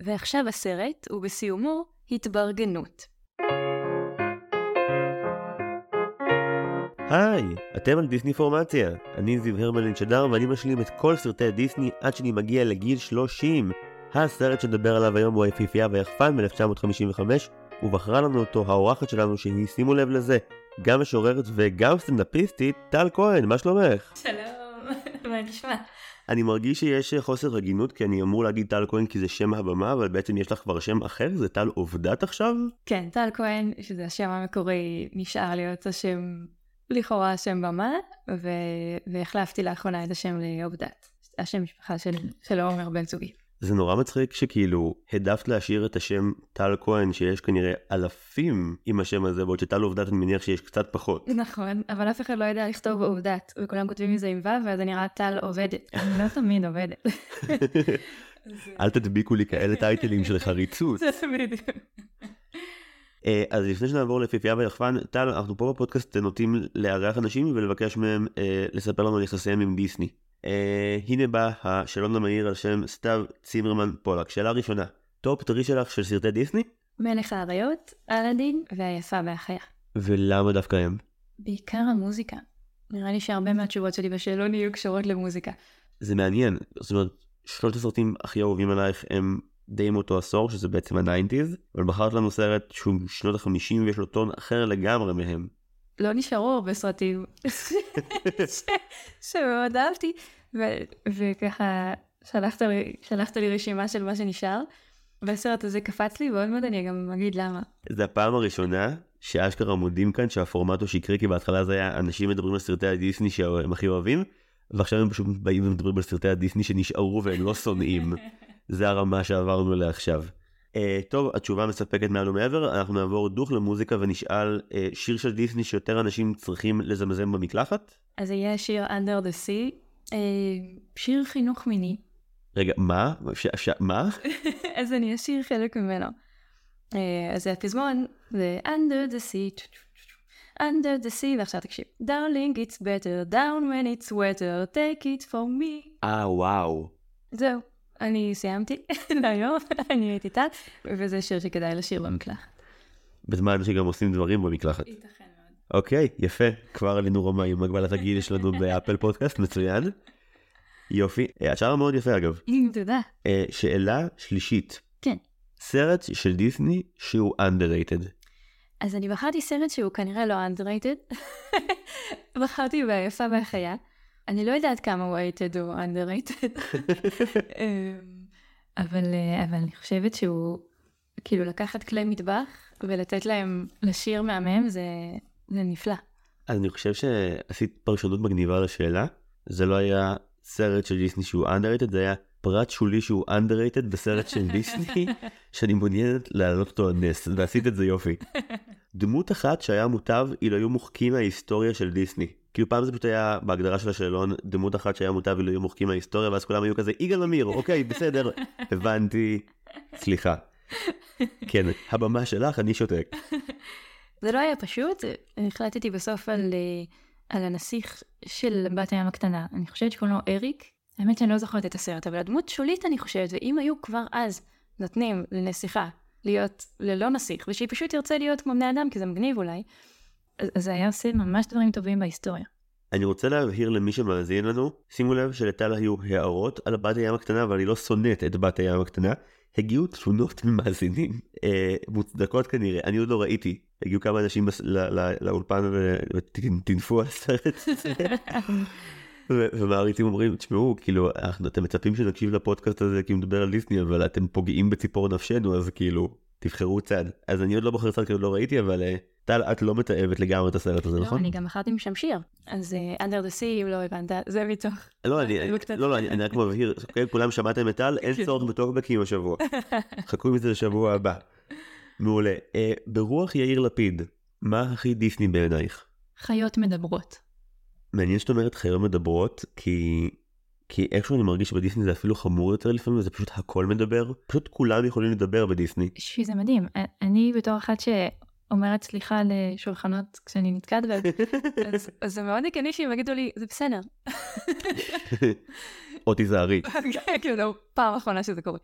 ועכשיו הסרט, ובסיומו, התברגנות. היי, אתם על דיסני פורמציה. אני זיו הרמלין שדר ואני משלים את כל סרטי דיסני עד שאני מגיע לגיל 30. הסרט שנדבר עליו היום הוא היפיפייה והיחפן מ-1955, ובחרה לנו אותו האורחת שלנו שהיא, שימו לב לזה, גם משוררת וגם סטנדאפיסטית, טל כהן, מה שלומך? שלום, מה נשמע? אני מרגיש שיש חוסר הגינות כי אני אמור להגיד טל כהן כי זה שם הבמה, אבל בעצם יש לך כבר שם אחר, זה טל עובדת עכשיו? כן, טל כהן, שזה השם המקורי, נשאר להיות השם, לכאורה השם במה, והחלפתי לאחרונה את השם לעובדת. השם משפחה של עומר בן זוגי. זה נורא מצחיק שכאילו העדפת להשאיר את השם טל כהן, שיש כנראה אלפים עם השם הזה, בעוד שטל עובדת אני מניח שיש קצת פחות. נכון, אבל אף אחד לא יודע לכתוב עובדת, וכולם כותבים מזה עם ו' ואז אני נראה טל עובדת. אני לא תמיד עובדת. אל תדביקו לי כאלה טייטלים של חריצות. זה בדיוק. אז לפני שנעבור ליפיפייה והיחפן, טל, אנחנו פה בפודקאסט נוטים לארח אנשים ולבקש מהם לספר לנו על יחסיהם עם דיסני. הנה בא השאלון המהיר על שם סתיו צימרמן פולק. שאלה ראשונה, טופ 3 שלך של סרטי דיסני? מלך האריות, אלאדין והיפה והחיה. ולמה דווקא הם? בעיקר המוזיקה. נראה לי שהרבה מהתשובות שלי בשאלון יהיו קשורות למוזיקה. זה מעניין, זאת אומרת, שלושת הסרטים הכי אהובים עלייך הם די מאותו עשור, שזה בעצם ה-90s, אבל בחרת לנו סרט שהוא שנות ה-50 ויש לו טון אחר לגמרי מהם. לא נשארו הרבה סרטים שמאוד אהבתי, וככה שלחת לי רשימה של מה שנשאר, והסרט הזה קפץ לי, ועוד מאוד אני גם אגיד למה. זה הפעם הראשונה שאשכרה מודים כאן שהפורמט הוא שקרי, כי בהתחלה זה היה אנשים מדברים על סרטי הדיסני שהם הכי אוהבים, ועכשיו הם פשוט באים ומדברים על סרטי הדיסני שנשארו והם לא שונאים. זה הרמה שעברנו אליה עכשיו. טוב, התשובה מספקת מעל ומעבר, אנחנו נעבור דוך למוזיקה ונשאל שיר של דיסני שיותר אנשים צריכים לזמזם במקלחת? אז יהיה שיר Under the Sea, שיר חינוך מיני. רגע, מה? מה? אז אני אשיר חלק ממנו. אז זה הפזמון, זה Under the Sea, Under the Sea, ועכשיו תקשיב. Darling, it's better, down when it's wetter, take it from me. וואו. זהו. אני סיימתי להיום, אני הייתי טל, וזה שיר שכדאי לשיר במקלחת. בזמן שגם עושים דברים במקלחת. ייתכן מאוד. אוקיי, יפה. כבר עלינו רמה עם הגבלת הגיל שלנו באפל פודקאסט, מצוין. יופי. השאר מאוד יפה אגב. תודה. שאלה שלישית. כן. סרט של דיסני שהוא underrated. אז אני בחרתי סרט שהוא כנראה לא underrated. בחרתי ביפה והחיה. אני לא יודעת כמה הוא rated או underrated. אבל אני חושבת שהוא, כאילו לקחת כלי מטבח ולתת להם לשיר מהמם, זה נפלא. אז אני חושב שעשית פרשנות מגניבה לשאלה. זה לא היה סרט של דיסני שהוא underrated, זה היה פרט שולי שהוא underrated בסרט של דיסני, שאני מעוניינת להעלות אותו על נס, ועשית את זה יופי. דמות אחת שהיה מוטב אילו היו מוחקים מההיסטוריה של דיסני. כאילו פעם זה פשוט היה בהגדרה של השאלון, דמות אחת שהיה מוטב אילו היו מוחקים מההיסטוריה, ואז כולם היו כזה, יגאל עמיר, אוקיי, בסדר, הבנתי, סליחה. כן, הבמה שלך, אני שותק. זה לא היה פשוט, החלטתי בסוף על הנסיך של בת הים הקטנה. אני חושבת שקוראים לו אריק. האמת שאני לא זוכרת את הסרט, אבל הדמות שולית אני חושבת, ואם היו כבר אז נותנים לנסיכה להיות ללא נסיך, ושהיא פשוט תרצה להיות כמו בני אדם, כי זה מגניב אולי, אז זה היה עושה ממש דברים טובים בהיסטוריה. אני רוצה להבהיר למי שמאזין לנו, שימו לב שלטל היו הערות על בת הים הקטנה, אבל אני לא שונאת את בת הים הקטנה. הגיעו תלונות ממאזינים, מוצדקות כנראה, אני עוד לא ראיתי. הגיעו כמה אנשים לאולפן וטינפו על הסרט הזה. ומעריצים אומרים, תשמעו, כאילו, אתם מצפים שנקשיב לפודקאסט הזה כי הוא מדבר על דיסני, אבל אתם פוגעים בציפור נפשנו, אז כאילו, תבחרו צד. אז אני עוד לא בוחר צד כי עוד לא ראיתי, אבל טל, את לא מתאהבת לגמרי את הסרט הזה, נכון? לא, אני גם בחרתי משם שיר. אז Under the Sea, אם לא הבנת, זה מתוך. לא, אני רק מבהיר, כולם שמעתם את טל, אין צורך בטוקבקים השבוע. חכו עם זה לשבוע הבא. מעולה. ברוח יאיר לפיד, מה הכי דיסני בעינייך? חיות מדברות. מעניין שאת אומרת חיות מדברות, כי איכשהו אני מרגיש שבדיסני זה אפילו חמור יותר לפעמים, וזה פשוט הכל מדבר. פשוט כולם יכולים לדבר בדיסני. שזה מדהים. אני בתור אחת אומרת סליחה לשולחנות כשאני נתקעת בהם. אז זה מאוד הגיוני שהם יגידו לי, זה בסדר. או תיזהרי. כן, פעם אחרונה שזה קורה.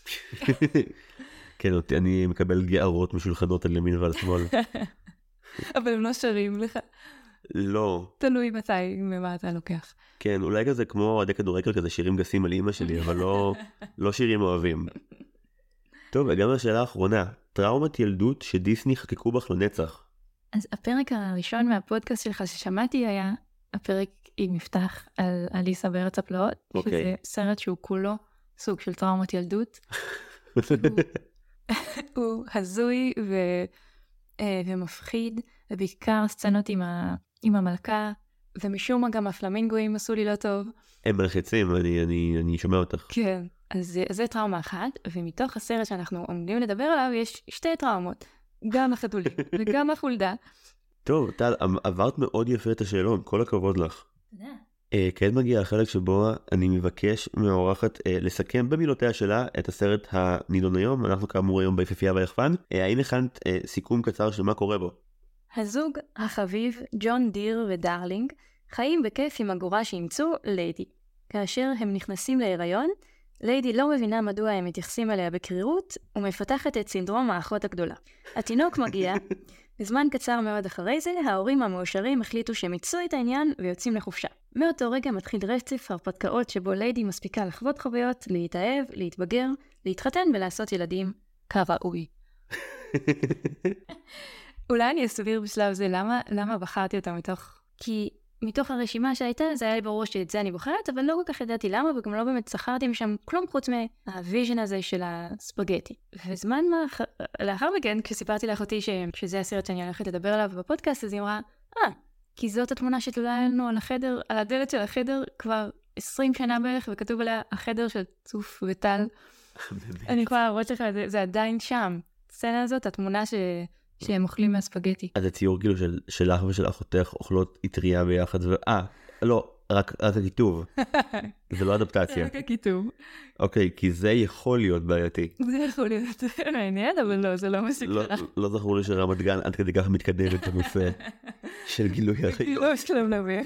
כן, אני מקבל גערות משולחנות על ימין ועל שמאל. אבל הם לא שרים לך. לא. תלוי מתי, ממה אתה לוקח. כן, אולי כזה כמו אוהדי כדורגל, כזה שירים גסים על אמא שלי, אבל לא שירים אוהבים. טוב, וגם השאלה האחרונה, טראומת ילדות שדיסני חקקו בך לנצח. אז הפרק הראשון מהפודקאסט שלך ששמעתי היה הפרק עם מפתח על אליסה בארץ הפלאות, שזה סרט שהוא כולו סוג של טראומת ילדות. הוא הזוי ומפחיד, ובעיקר סצנות עם המלכה, ומשום מה גם הפלמינגואים עשו לי לא טוב. הם מלחיצים, אני שומע אותך. כן, אז זה טראומה אחת, ומתוך הסרט שאנחנו עומדים לדבר עליו יש שתי טראומות, גם החתולים וגם החולדה. טוב, טל, עברת מאוד יפה את השאלון, כל הכבוד לך. תודה. כעת מגיע החלק שבו אני מבקש מהאורחת לסכם במילותיה שלה את הסרט הנידון היום. אנחנו כאמור היום ביפיפייה והיחפן. האם הכנת סיכום קצר של מה קורה בו? הזוג החביב, ג'ון דיר ודרלינג, חיים בכיף עם הגורה שאימצו, ליידי. כאשר הם נכנסים להיריון, ליידי לא מבינה מדוע הם מתייחסים אליה בקרירות, ומפתחת את סינדרום האחות הגדולה. התינוק מגיע, בזמן קצר מאוד אחרי זה, ההורים המאושרים החליטו שהם מיצו את העניין ויוצאים לחופשה. מאותו רגע מתחיל רצף הרפתקאות שבו ליידי מספיקה לחוות חוויות, להתאהב, להתבגר, להתחתן ולעשות ילדים כראוי. אולי אני אסביר בשלב זה למה בחרתי אותה כי מתוך הרשימה שהייתה, זה היה לי ברור שאת זה אני בוחרת, אבל לא כל כך ידעתי למה, וגם לא באמת שכרתי משם כלום חוץ מהוויז'ן הזה של הספגטי. וזמן לאחר מכן, כשסיפרתי לאחותי שזה הסרט שאני הולכת לדבר עליו בפודקאסט, אז היא אמרה, כי זאת התמונה שתלויה לנו על הדלת של החדר כבר 20 שנה בערך, וכתוב עליה החדר של צוף וטל. אני יכולה להראות לך, זה עדיין שם. הסצנה הזאת, התמונה שהם אוכלים מהספגטי. אז הציור כאילו שלך ושל אחותך אוכלות אטריה ביחד לא, רק הכיתוב. זה לא אדפטציה. רק הכיתוב. אוקיי, כי זה יכול להיות בעייתי. זה יכול להיות מעניין, אבל לא, זה לא מה שקרה. לא זכור לי שרמת גן עד כדי כך מתקדמת בנושא של גילוי החיות. לא שלום נביא.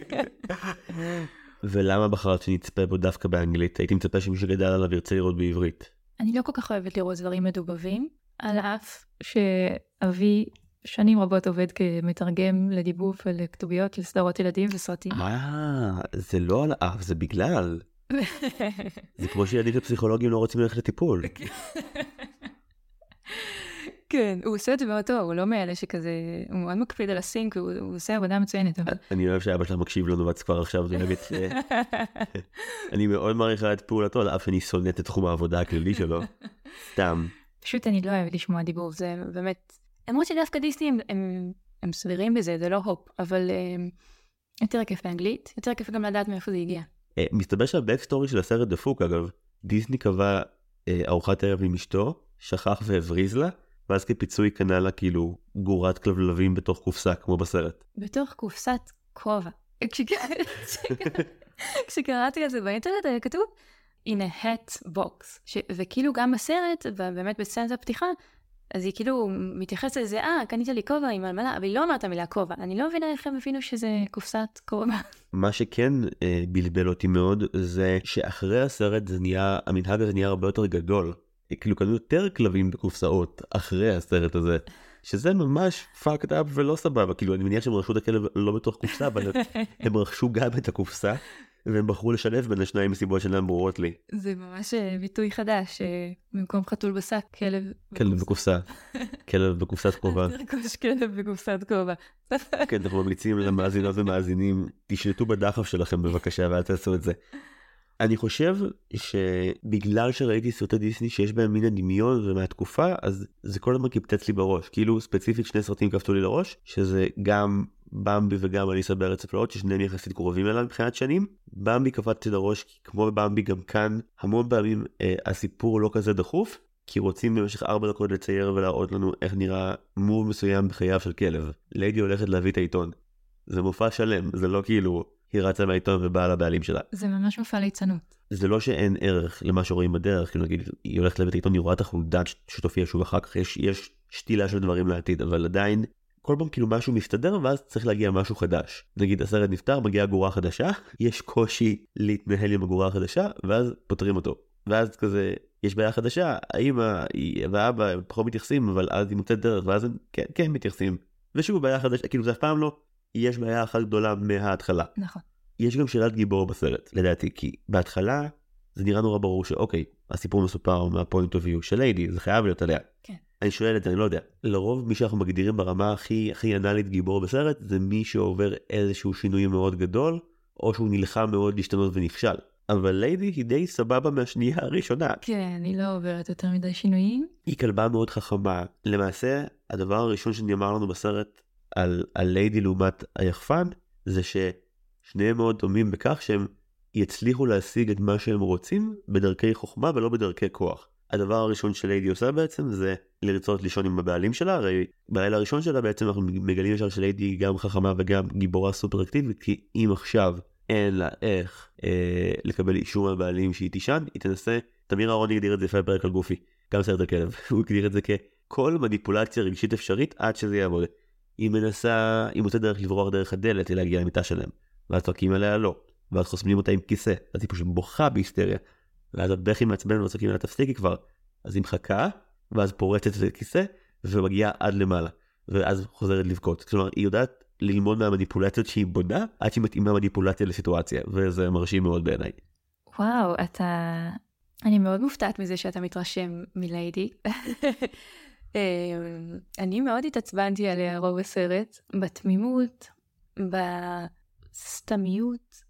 ולמה בחרת שנצפה בו דווקא באנגלית? הייתי מצפה שמי שגדל עליו ירצה לראות בעברית. אני לא כל כך אוהבת לראות דברים מדובבים, על אף שאבי שנים רבות עובד כמתרגם לדיבוב ולכתוביות של סדרות ילדים וסרטים. זה לא על אף, זה בגלל. זה כמו שילדים ופסיכולוגים לא רוצים ללכת לטיפול. כן, הוא עושה את זה מאוד טוב, הוא לא מאלה שכזה, הוא מאוד מקפיד על הסינק, הוא עושה עבודה מצוינת. אני אוהב שאבא שלך מקשיב לנו ואת כבר עכשיו, אני מאוד מעריכה את פעולתו, על אף שאני שונאת את תחום העבודה הכללי שלו. סתם. פשוט אני לא אוהבת לשמוע דיבוב, זה באמת, למרות שדווקא דיסני הם סבירים בזה, זה לא הופ, אבל יותר כיף באנגלית, יותר כיף גם לדעת מאיפה זה הגיע. מסתבר שהבקסטורי של הסרט דפוק, אגב, דיסני קבע ארוחת ערב עם אשתו, שכח והבריז לה, ואז כפיצוי קנה לה כאילו גורת כלבלבים בתוך קופסה, כמו בסרט. בתוך קופסת כובע. כשקראתי על זה באינטרנט היה כתוב, in a hat box. וכאילו גם בסרט, ובאמת בסצנת הפתיחה, אז היא כאילו מתייחסת לזה, קנית לי כובע עם מלמלה, אבל היא לא אמרת מילה כובע. אני לא מבינה איך הם הבינו שזה קופסת כובע. מה שכן בלבל אותי מאוד, זה שאחרי הסרט המנהג הזה נהיה הרבה יותר גדול. כאילו קנו יותר כלבים בקופסאות אחרי הסרט הזה, שזה ממש fucked up ולא סבבה. כאילו אני מניח שהם רכשו את הכלב לא בתוך קופסה, אבל הם רכשו גם את הקופסה, והם בחרו לשלב בין השניים מסיבות שלהם ברורות לי. זה ממש ביטוי חדש, במקום חתול בשק, כלב בקופסה. כלב בקופסת כובע. תרכוש כלב בקופסת כובע. כן, אנחנו ממליצים למאזינות ומאזינים, תשלטו בדחף שלכם בבקשה, ואל תעשו את זה. אני חושב שבגלל שראיתי סרטי דיסני שיש בהם מין הדמיון ומהתקופה, אז זה כל הזמן קיפטץ לי בראש. כאילו ספציפית שני סרטים קפצו לי לראש, שזה גם במבי וגם אליסה בארץ הפלאות, ששניהם יחסית קרובים אליו מבחינת שנים. במבי קפצתי לראש, כי כמו במבי גם כאן, המון פעמים הסיפור לא כזה דחוף, כי רוצים במשך 4 דקות לצייר ולהראות לנו איך נראה מוב מסוים בחייו של כלב. ליידי הולכת להביא את העיתון. זה מופע שלם, זה לא כאילו היא רצה מהעיתון ובאה לבעלים שלה. זה ממש מופע ליצנות. זה לא שאין ערך למה שרואים בדרך, כאילו נגיד, היא הולכת להביא את העיתון, היא רואה את החולדה שתופיע שוב אחר כך, יש שתילה של דברים לעתיד, אבל עדיין כל פעם כאילו משהו מסתדר ואז צריך להגיע משהו חדש. נגיד הסרט נפטר, מגיעה גורה חדשה, יש קושי להתנהל עם הגורה החדשה, ואז פותרים אותו. ואז כזה, יש בעיה חדשה, האמא והאבא הם פחות מתייחסים, אבל אז היא מוצאת דרך, ואז הם כן מתייחסים. ושוב בעיה חדשה, כאילו זה אף פעם לא, יש בעיה אחת גדולה מההתחלה. נכון. יש גם שאלת גיבור בסרט, לדעתי, כי בהתחלה זה נראה נורא ברור שאוקיי, הסיפור מסופר מהפוינט אוף ויו של ליידי, זה חייב להיות עליה. כן. אני שואל את זה, אני לא יודע. לרוב מי שאנחנו מגדירים ברמה הכי אנלית גיבור בסרט, זה מי שעובר איזשהו שינוי מאוד גדול, או שהוא נלחם מאוד להשתנות ונכשל. אבל ליידי היא די סבבה מהשנייה הראשונה. כן, היא לא עוברת יותר מדי שינויים. היא כלבה מאוד חכמה. למעשה, הדבר הראשון שנאמר לנו בסרט על ליידי לעומת היחפן, זה ששניהם מאוד דומים בכך שהם יצליחו להשיג את מה שהם רוצים בדרכי חוכמה ולא בדרכי כוח. הדבר הראשון שליידי עושה בעצם זה לרצות לישון עם הבעלים שלה, הרי בלילה הראשון שלה בעצם אנחנו מגלים ישר שליידי גם חכמה וגם גיבורה סופר אקטיבית, כי אם עכשיו אין לה איך לקבל אישור מהבעלים שהיא תישן, היא תנסה, תמיר אהרוני הגדיר את זה יפה פרק על גופי, גם סרט הכלב, הוא הגדיר את זה ככל מניפולציה רגשית אפשרית עד שזה יעבוד. היא מנסה, היא מוצאת דרך לברוח דרך הדלת להגיע למיטה שלהם, ואז צועקים עליה לא, ואז חוסמים אותה עם כיסא, אז היא פשוט בוכה בהיסטריה, ואז הבכי מעצבן וצועקים עליה תפסיקי כבר, אז היא מחכה, ואז פורצת את הכיסא, ומגיעה עד למעלה, ואז חוזרת לבכות. כלומר, היא יודעת ללמוד מהמניפולציות שהיא בונה, עד שהיא מתאימה מניפולציה לסיטואציה, וזה מרשים מאוד בעיניי. וואו, אני מאוד מופתעת מזה שאתה מתרשם מליידי. אני מאוד התעצבנתי עליה רוב הסרט, בתמימות, בסתמיות,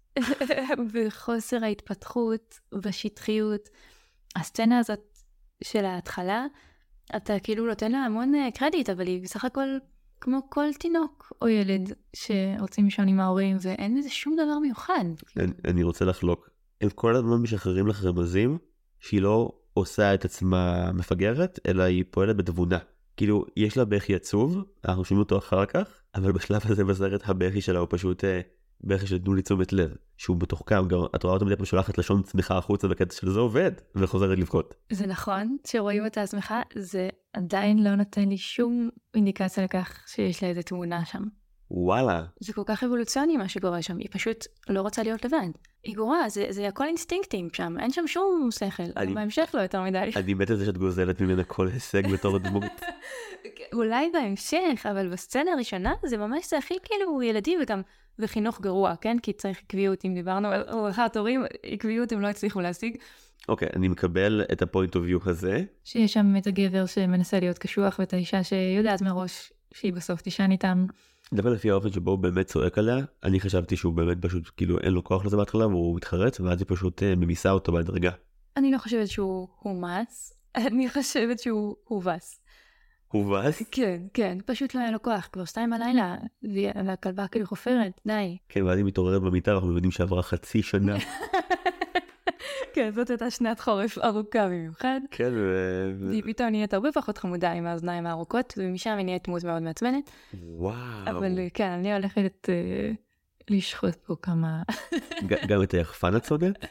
בחוסר ההתפתחות, בשטחיות. הסצנה הזאת של ההתחלה, אתה כאילו נותן לה המון קרדיט, אבל היא בסך הכל כמו כל תינוק או ילד שרוצים לישון עם ההורים, ואין בזה שום דבר מיוחד. אני רוצה לחלוק. הם כל הזמן משחררים לך רמזים שהיא לא עושה את עצמה מפגרת, אלא היא פועלת בתבונה. כאילו, יש לה בכי עצוב, אנחנו שומעים אותו אחר כך, אבל בשלב הזה בסרט הבכי שלה הוא פשוט בכי של תנו לי תשומת לב, שהוא מתוחכם, גם את רואה אותה מדי פעם שולחת לשון צמיחה החוצה בקטע של זה עובד, וחוזרת לבכות. זה נכון, שרואים אותה עצמך, זה עדיין לא נותן לי שום אינדיקציה לכך שיש לה איזה תמונה שם. וואלה. זה כל כך אבולוציוני מה שקורה שם, היא פשוט לא רוצה להיות לבד. היא גורה, זה הכל אינסטינקטים שם, אין שם שום שכל, בהמשך לא יותר מדי. אני מת את זה שאת גוזלת ממנה כל הישג בתור דמות. אולי בהמשך, אבל בסצנה הראשונה זה ממש זה הכי כאילו ילדים וגם וחינוך גרוע, כן? כי צריך עקביות, אם דיברנו על עורכת הורים, עקביות הם לא הצליחו להשיג. אוקיי, אני מקבל את הפוינט אוף ויו הזה. שיש שם את הגבר שמנסה להיות קשוח ואת האישה שיודעת מראש שהיא בסוף תישן איתם. דווקא לפי האופן שבו הוא באמת צועק עליה, אני חשבתי שהוא באמת פשוט כאילו אין לו כוח לזה בהתחלה והוא מתחרט, ואז היא פשוט ממיסה אותו בהדרגה. אני לא חושבת שהוא הומס, אני חושבת שהוא הובס. הובס? כן, כן, פשוט לא היה לו כוח, כבר 2 בלילה, והכלבה כאילו חופרת, די. כן, ואז היא מתעוררת במיטה, אנחנו מבינים שעברה חצי שנה. כן, זאת הייתה שנת חורף ארוכה במיוחד. כן, היא פתאום נהיית הרבה פחות חמודה עם האוזניים הארוכות, ומשם היא נהיית דמות מאוד מעצבנת. וואו. אבל כן, אני הולכת לשחוט פה כמה... גם את היחפן את שונאת?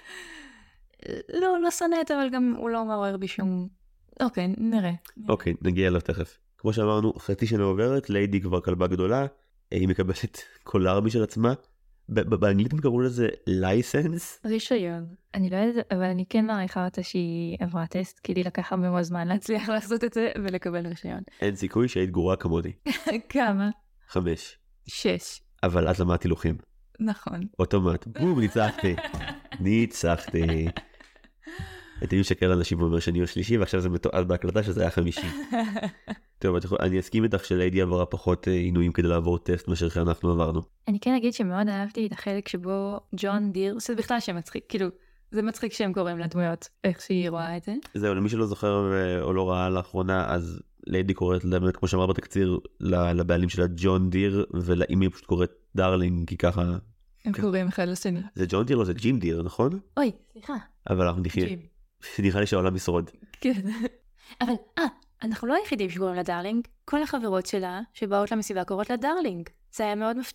לא שונאת, אבל גם הוא לא מעורר בי שום... אוקיי, נראה. אוקיי, נגיע אליו תכף. כמו שאמרנו, חצי שנה עוברת, ליידי כבר כלבה גדולה, היא מקבלת קולר משל עצמה. באנגלית הם קראו לזה לייסנס. רישיון. אני לא יודעת, אבל אני כן מעריכה אותה שהיא עברה טסט, כי לי לקח הרבה מאוד זמן להצליח לעשות את זה ולקבל רישיון. אין סיכוי שהיית גרועה כמוני. כמה? 5. 6. אבל אז למדתי לוחים. נכון. אוטומט. בום, ניצחתי. ניצחתי. הייתי משקר לאנשים ואומר שאני הוא שלישי, ועכשיו זה מתועד בהקלטה שזה היה 50. טוב, אני אסכים איתך שליידי עברה פחות עינויים כדי לעבור טסט מאשר שאנחנו עברנו. אני כן אגיד שמאוד אהבתי את החלק שבו ג'ון דיר, זה בכלל שם מצחיק, כאילו, זה מצחיק שהם קוראים לדמויות, איך שהיא רואה את זה. זהו, למי שלא זוכר או לא ראה לאחרונה, אז ליידי קוראת, כמו שאמר בתקציר, לבעלים שלה ג'ון דיר, ולאמי פשוט קוראת דרלינג, כי ככה... הם קוראים אחד לשני. זה ג'ון דיר או זה ג'ים דיר, נכון? אוי, סליחה. אבל אנחנו נחיה. נראה לי שהעולם ישרוד. כן. אבל, אנחנו לא היחידים שקוראים לה דרלינג. כל החברות שלה שבאות למסיבה קוראות לה דרלינג. זה היה מאוד מפתיע.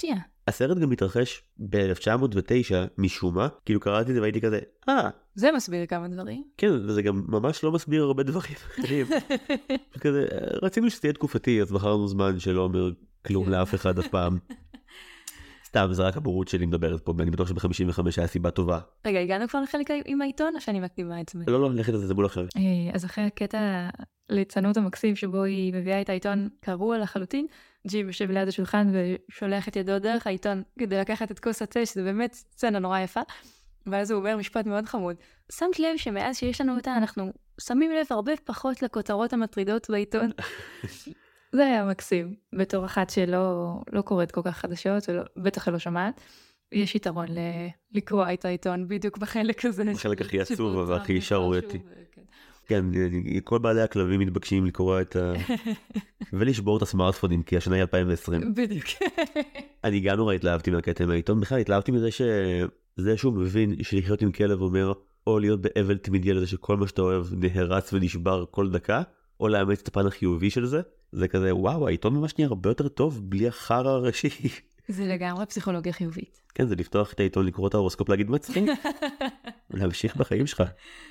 הסרט גם מתרחש ב-1909 משום מה, כאילו קראתי את זה והייתי כזה, זה מסביר כמה דברים. כן, וזה גם ממש לא מסביר הרבה דברים אחרים. כזה, רצינו שתהיה תקופתי, אז בחרנו זמן שלא אומר כלום לאף אחד אף פעם. סתם, זה רק הבורות שלי מדברת פה, ואני בטוח שב-55 היה סיבה טובה. רגע, הגענו כבר לחלק עם העיתון, או שאני מקדימה את זה? לא, לכת את זה בול עכשיו. אז אחרי הקטע ליצנות המקסים, שבו היא מביאה את העיתון קרוע לחלוטין, ג'ים יושב ליד השולחן ושולח את ידו דרך העיתון כדי לקחת את כוס התה, שזה באמת סצנה נורא יפה. ואז הוא אומר משפט מאוד חמוד. שמת לב שמאז שיש לנו אותה, אנחנו שמים לב הרבה פחות לכותרות המטרידות בעיתון. זה היה מקסים, בתור אחת שלא קוראת כל כך חדשות, ובטח לא שומעת. יש יתרון לקרוא את העיתון בדיוק בחלק הזה. בחלק הכי עצוב והכי שערורייתי. כן, כל בעלי הכלבים מתבקשים לקרוא את ולשבור את הסמארטפונים, כי השנה היא 2020. בדיוק. אני גם נורא התלהבתי מהקטע מהעיתון, בכלל התלהבתי מזה שזה שהוא מבין שלחיות עם כלב אומר, או להיות באבל תמידי על זה שכל מה שאתה אוהב נהרץ ונשבר כל דקה, או לאמץ את הפן החיובי של זה. זה כזה, וואו, העיתון ממש נהיה הרבה יותר טוב בלי החרא הראשי. זה לגמרי פסיכולוגיה חיובית. כן, זה לפתוח את העיתון, לקרוא את ההורוסקופ, להגיד מצחיק, להמשיך בחיים שלך.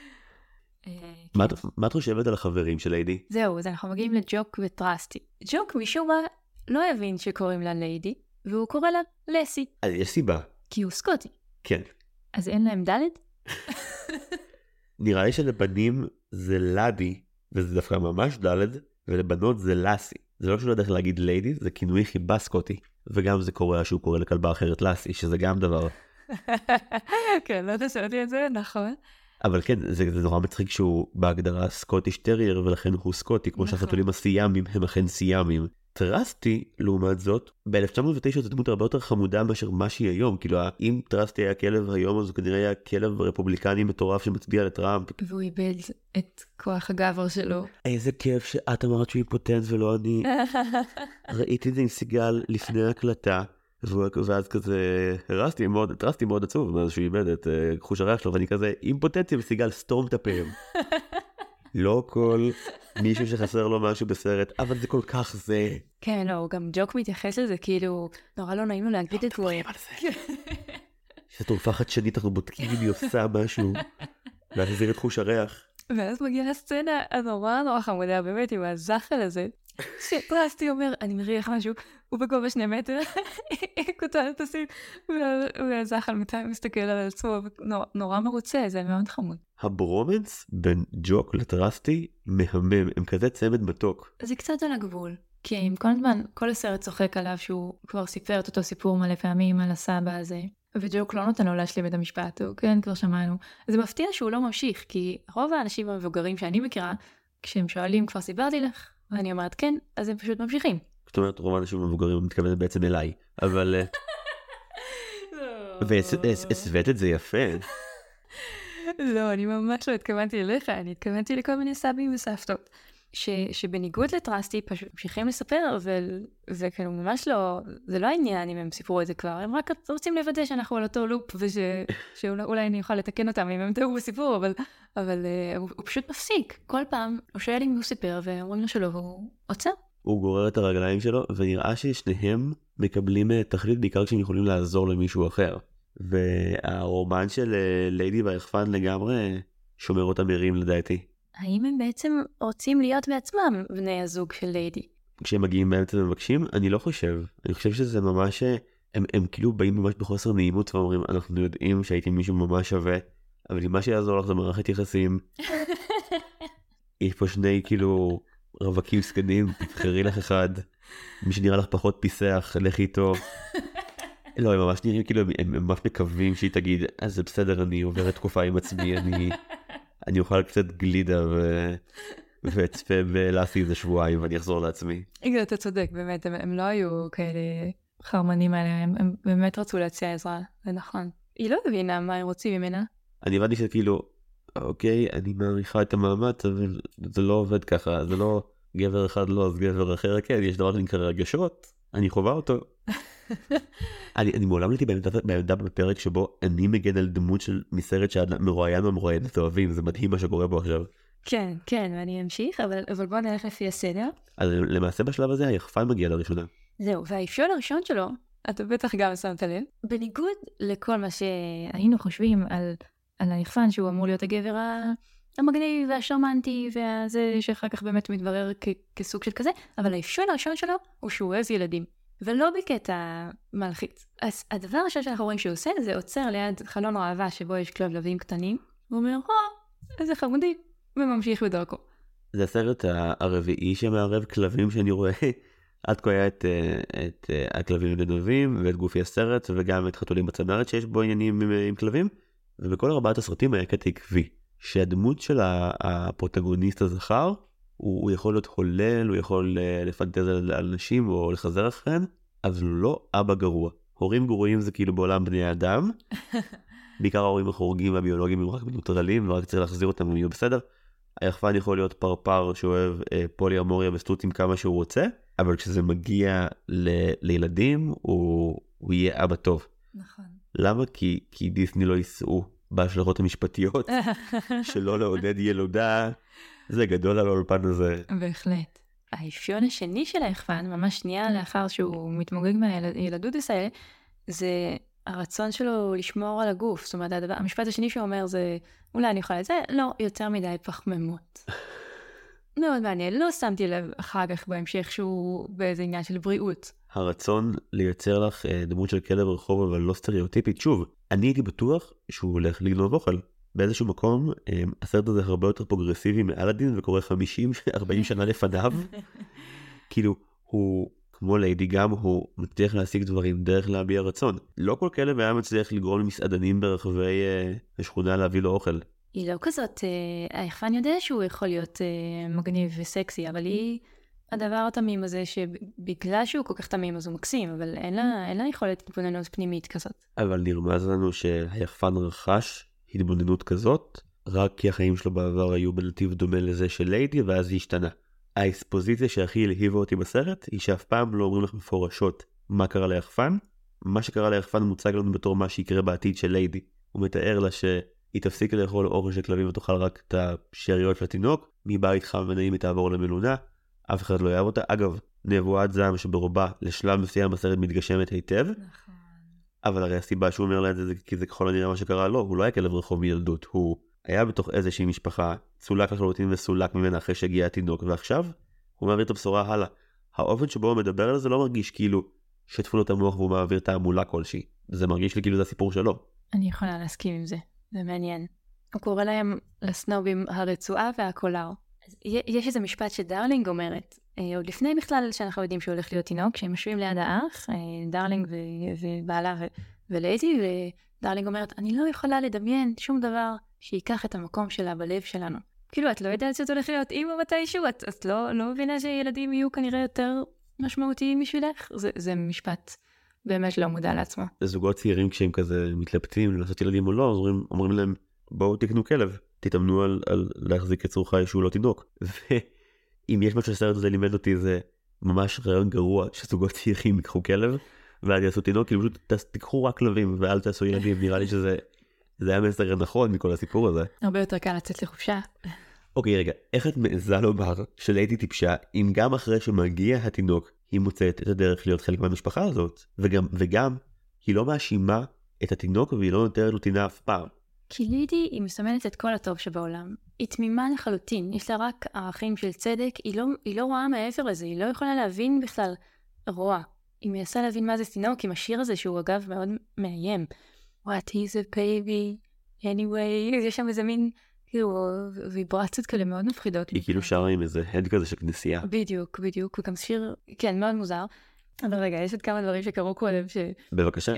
מה את חושבת על החברים של ליידי? זהו, אז אנחנו מגיעים לג'וק וטרסטי. ג'וק משום מה לא הבין שקוראים לה ליידי, והוא קורא לה לסי. אז יש סיבה. כי הוא סקוטי. כן. אז אין להם דלת? נראה לי שלבנים זה לדי, וזה דווקא ממש דלת, ולבנות זה לסי. זה לא שהוא לא יודע להגיד ליידי, זה כינוי חיבה סקוטי. וגם זה קורה שהוא קורא לכלבה אחרת לסי, שזה גם דבר. כן, לא תשאלתי את זה, נכון. אבל כן, זה נורא מצחיק שהוא בהגדרה סקוטיש טרייר, ולכן הוא סקוטי, כמו שהחתולים הסיאמים הם אכן סיאמים. טרסטי, לעומת זאת, ב-1909 זו דמות הרבה יותר חמודה מאשר מה שהיא היום. כאילו, אם טרסטי היה כלב היום, אז הוא כנראה היה כלב רפובליקני מטורף שמצביע לטראמפ. והוא איבד את כוח הגבר שלו. איזה כיף שאת אמרת שהוא אימפוטנט ולא אני. ראיתי את זה עם סיגל לפני הקלטה, ואז כזה, טרסטי מאוד עצוב, מאז שהוא איבד את חוש הריח שלו, ואני כזה, אימפוטנטי וסיגל סתום את הפעם. לא כל מישהו שחסר לו משהו בסרט, אבל זה כל כך זה. כן, לא, גם ג'וק מתייחס לזה, כאילו, נורא לא נעים לו להגיד את זה. שזו תרופה חדשנית, אנחנו בודקים אם היא עושה משהו, להחזיר את חוש הריח. ואז מגיעה הסצנה הנורא נורא חמודה, באמת, עם הזחל הזה, שטרסטי אומר, אני מריח משהו, הוא בגובה 2 מטר, כותב את הסין, והזחל מסתכל על עצמו, נורא מרוצה, זה מאוד חמוד. הברומנס בין ג'וק לטרסטי מהמם, הם כזה צמד מתוק. זה קצת על הגבול, כי אם כל הזמן, כל הסרט צוחק עליו שהוא כבר סיפר את אותו סיפור מלא פעמים על הסבא הזה, וג'וק לא נותן לו להשלים את המשפט, כן, כבר שמענו. זה מפתיע שהוא לא ממשיך, כי רוב האנשים המבוגרים שאני מכירה, כשהם שואלים כבר סיפרתי לך, ואני אומרת כן, אז הם פשוט ממשיכים. זאת אומרת, רוב האנשים המבוגרים מתכוונת בעצם אליי, אבל... והסווית את זה יפה. לא, אני ממש לא התכוונתי אליך, אני התכוונתי לכל מיני סבים וסבתות, שבניגוד לטרסטי פשוט ממשיכים לספר, וזה כאילו ממש לא, זה לא העניין אם הם סיפרו את זה כבר, הם רק רוצים לוודא שאנחנו על אותו לופ, ושאולי אני אוכל לתקן אותם אם הם טעו בסיפור, אבל הוא פשוט מפסיק. כל פעם הוא שואל אם הוא סיפר, ואומרים לו שלא, והוא עוצר. הוא גורר את הרגליים שלו, ונראה ששניהם מקבלים תכלית בעיקר כשהם יכולים לעזור למישהו אחר. והרומן של ליידי והיחפן לגמרי שומר אותם ערים לדעתי. האם הם בעצם רוצים להיות בעצמם בני הזוג של ליידי? כשהם מגיעים באמצע ומבקשים, אני לא חושב. אני חושב שזה ממש, הם כאילו באים ממש בחוסר נעימות ואומרים, אנחנו יודעים שהייתי מישהו ממש שווה, אבל אם מה שיעזור לך זה מערכת יחסים. יש פה 2 כאילו רווקים סקנים, תבחרי לך אחד, מי שנראה לך פחות פיסח, לכי איתו. לא, הם ממש נראים כאילו, הם ממש מקווים שהיא תגיד, אז זה בסדר, אני עוברת תקופה עם עצמי, אני אוכל קצת גלידה ואצפה בלאסי איזה שבועיים ואני אחזור לעצמי. אתה צודק, באמת, הם לא היו כאלה חרמנים האלה, הם באמת רצו להציע עזרה, זה נכון. היא לא הבינה מה הם רוצים ממנה. אני הבנתי שכאילו, אוקיי, אני מעריכה את המאמץ, אבל זה לא עובד ככה, זה לא גבר אחד לא, אז גבר אחר כן, יש דבר שנקרא רגשות, אני חובה אותו. אני מעולם הייתי בעמדה בפרק שבו אני מגן על דמות מסרט שהמרואיין והמרואיינת אוהבים, זה מדהים מה שקורה בו עכשיו. כן, כן, ואני אמשיך, אבל בוא נלך לפי הסדר. אז למעשה בשלב הזה היחפן מגיע לראשונה. זהו, והאפיון הראשון שלו, אתה בטח גם שמת לב. בניגוד לכל מה שהיינו חושבים על היחפן, שהוא אמור להיות הגבר המגניב והשרמנטי, והזה שאחר כך באמת מתברר כסוג של כזה, אבל האפיון הראשון שלו הוא שהוא אוהב ילדים, ולא בקטע מלחיץ. אז הדבר הראשון שאנחנו רואים שהוא עושה, זה עוצר ליד חלון ראווה שבו יש כלבלבים קטנים, הוא אומר, איזה חמודי, וממשיך בדרכו. זה הסרט הרביעי שמערב כלבים שאני רואה. עד כה היה את הכלבים הגנבים ואת גופי הסרט, וגם את חתולים בצמרת שיש בו עניינים עם כלבים, ובכל ארבעת הסרטים היה קטע עקבי, שהדמות של הפרוטגוניסט הזכר, הוא יכול להיות הולל, הוא יכול לפנטז על נשים או לחזר אחריהן, אז לא אבא גרוע. הורים גרועים זה כאילו בעולם בני האדם, בעיקר ההורים החורגים והביולוגיים הם רק מנוטרלים, ורק צריך להחזיר אותם והם יהיו בסדר. היחפן יכול להיות פרפר שאוהב פולי אמוריה וסטוצים כמה שהוא רוצה, אבל כשזה מגיע לילדים, הוא יהיה אבא טוב. נכון. למה? כי דיסני לא ייסעו בהשלכות המשפטיות, שלא לעודד ילודה, זה גדול על האולפן הזה. בהחלט. האפיון השני של היחפן, ממש שנייה לאחר שהוא מתמוגג מהילדודס האלה, זה הרצון שלו לשמור על הגוף. זאת אומרת, המשפט השני שהוא אומר זה, אולי אני יכולה את זה? לא, יותר מדי פחמימות. מאוד מעניין, לא שמתי לב אחר כך בהמשך שהוא באיזה עניין של בריאות. הרצון לייצר לך דמות של כלב רחוב, אבל לא סטריאוטיפית. שוב, אני הייתי בטוח שהוא הולך לגנוב אוכל. באיזשהו מקום, הסרט הזה הרבה יותר פרוגרסיבי מאלאדין, וקורה 50-40 שנה לפניו. כאילו, הוא, כמו ליידי, גם הוא מצליח להשיג דברים דרך להביע רצון. לא כל כלב היה מצליח לגרום למסעדנים ברחבי השכונה להביא לו אוכל. היא לא כזאת, היחפן יודע שהוא יכול להיות מגניב וסקסי, אבל היא הדבר התמים הזה שבגלל שהוא כל כך תמים אז הוא מקסים, אבל אין לה יכולת התבוננות פנימית כזאת. אבל נרמז לנו שהיחפן רכש התבוננות כזאת, רק כי החיים שלו בעבר היו בנתיב דומה לזה של ליידי, ואז היא השתנה. האקספוזיציה שהכי הלהיבה אותי בסרט, היא שאף פעם לא אומרים לך מפורשות מה קרה ליחפן. מה שקרה ליחפן מוצג לנו בתור מה שיקרה בעתיד של ליידי. הוא מתאר לה היא תפסיק לאכול אוכל של כלבים ותאכל רק את השאריות של התינוק, מבית חם ונעים היא תעבור למלונה, אף אחד לא יאהב אותה. אגב, נבואת זעם שברובה לשלב מסוים בסרט מתגשמת היטב, נכון. אבל הרי הסיבה שהוא אומר לה את זה כי זה ככל הנראה מה שקרה לו, הוא לא היה כלב רחוב מילדות, הוא היה בתוך איזושהי משפחה, צולק לחלוטין וסולק ממנה אחרי שהגיע התינוק, ועכשיו הוא מעביר את הבשורה הלאה. האופן שבו הוא מדבר על זה לא מרגיש כאילו שטפו לו את המוח והוא מעביר תעמולה כלשהי, זה מרגיש לי כאילו זה הסיפור שלו. אני יכולה להסכים עם זה. זה מעניין. הוא קורא להם לסנובים הרצועה והקולר. יש איזה משפט שדרלינג אומרת, עוד לפני בכלל שאנחנו יודעים שהוא הולך להיות תינוק, כשהם יושבים ליד האח, דרלינג ובעלה וליידי, ודרלינג אומרת, אני לא יכולה לדמיין שום דבר שיקח את המקום שלה בלב שלנו. כאילו, את לא יודעת שאת הולך להיות אימא מתישהו, את לא מבינה שילדים יהיו כנראה יותר משמעותיים בשבילך? זה משפט באמת לא מודע לעצמו. זוגות צעירים כשהם כזה מתלבטים לעשות ילדים או לא, אומרים להם, בואו תקנו כלב, תתאמנו על להחזיק יצור חי שהוא לא תינוק. ואם יש משהו שהסרט הזה לימד אותי, זה ממש רעיון גרוע שזוגות צעירים יקחו כלב, ואל יעשו תינוק, כאילו פשוט תיקחו רק כלבים ואל תעשו ילדים. נראה לי שזה היה מסר נכון מכל הסיפור הזה. הרבה יותר קל לצאת לחופשה. אוקיי, רגע, איך את מעיזה לומר שליידי טיפשה, אם גם אחרי שמגיע התינוק, היא מוצאת את הדרך להיות חלק מהמשפחה הזאת, וגם היא לא מאשימה את התינוק והיא לא נותנת לו טינה אף פעם. כי לידי היא מסמלת את כל הטוב שבעולם. היא תמימה לחלוטין, יש לה רק ערכים של צדק, היא לא רואה מעבר לזה, היא לא יכולה להבין בכלל רוע. היא מנסה להבין מה זה תינוק עם השיר הזה שהוא אגב מאוד מאיים. What is a baby? Anyway, יש שם איזה מין כאילו ויברציות כאלה מאוד מפחידות. היא כאילו שרה עם איזה הד כזה של כנסייה. בדיוק, וגם שיר, כן, מאוד מוזר. אבל רגע, יש עוד כמה דברים שקרו קודם בבקשה.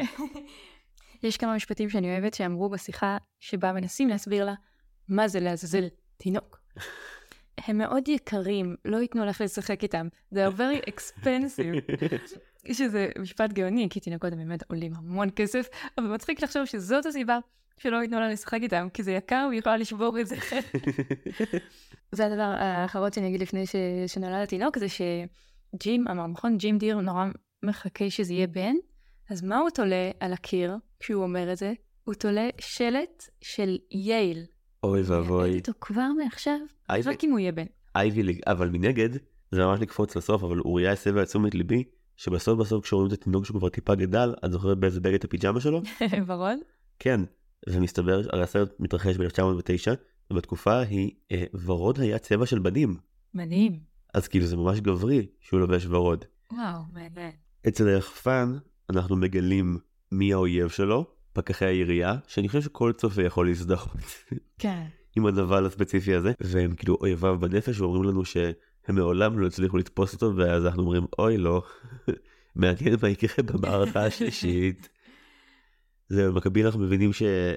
יש כמה משפטים שאני אוהבת שאמרו בשיחה שבה מנסים להסביר לה מה זה לעזאזל תינוק. הם מאוד יקרים, לא ייתנו לך לשחק איתם. They are very expensive. שזה משפט גאוני, כי תינוקות הם באמת עולים המון כסף, אבל מצחיק לחשוב שזאת הסיבה שלא ייתנו לה לשחק איתם, כי זה יקר והיא יכולה לשבור את זה. זה הדבר האחרון שאני אגיד לפני שנולד התינוק, זה שג'ים אמר, נכון, ג'ים דיר נורא מחכה שזה יהיה בן, אז מה הוא תולה על הקיר כשהוא אומר את זה? הוא תולה שלט של יייל. אוי ואבוי. אותו כבר מעכשיו, רק אם הוא יהיה בן. אייבי ליג, אבל מנגד, זה ממש לקפוץ לסוף, אבל אוריה הסבה את תשומת ליבי, שבסוף בסוף כשרואים את התינוק שהוא כבר טיפה גדל, את זוכרת באיזה בגד הפיג'מה שלו? ורוד? כן, ומסתבר, הרי הסרט מתרחש ב-1909, ובתקופה ההיא ורוד היה צבע של בנים. מדהים. אז כאילו זה ממש גברי שהוא לובש ורוד. וואו, מעניין. אצל היחפן אנחנו מגלים מי האויב שלו, פקחי העירייה, שאני חושב שכל צופה יכול להזדהות. כן. עם הנבל הספציפי הזה, והם כאילו אויביו בנפש, ואומרים לנו שהם מעולם לא הצליחו לתפוס אותו, ואז אנחנו אומרים, אוי לא, מעניין מה יקרה במערכה השלישית. זה במקביל אנחנו מבינים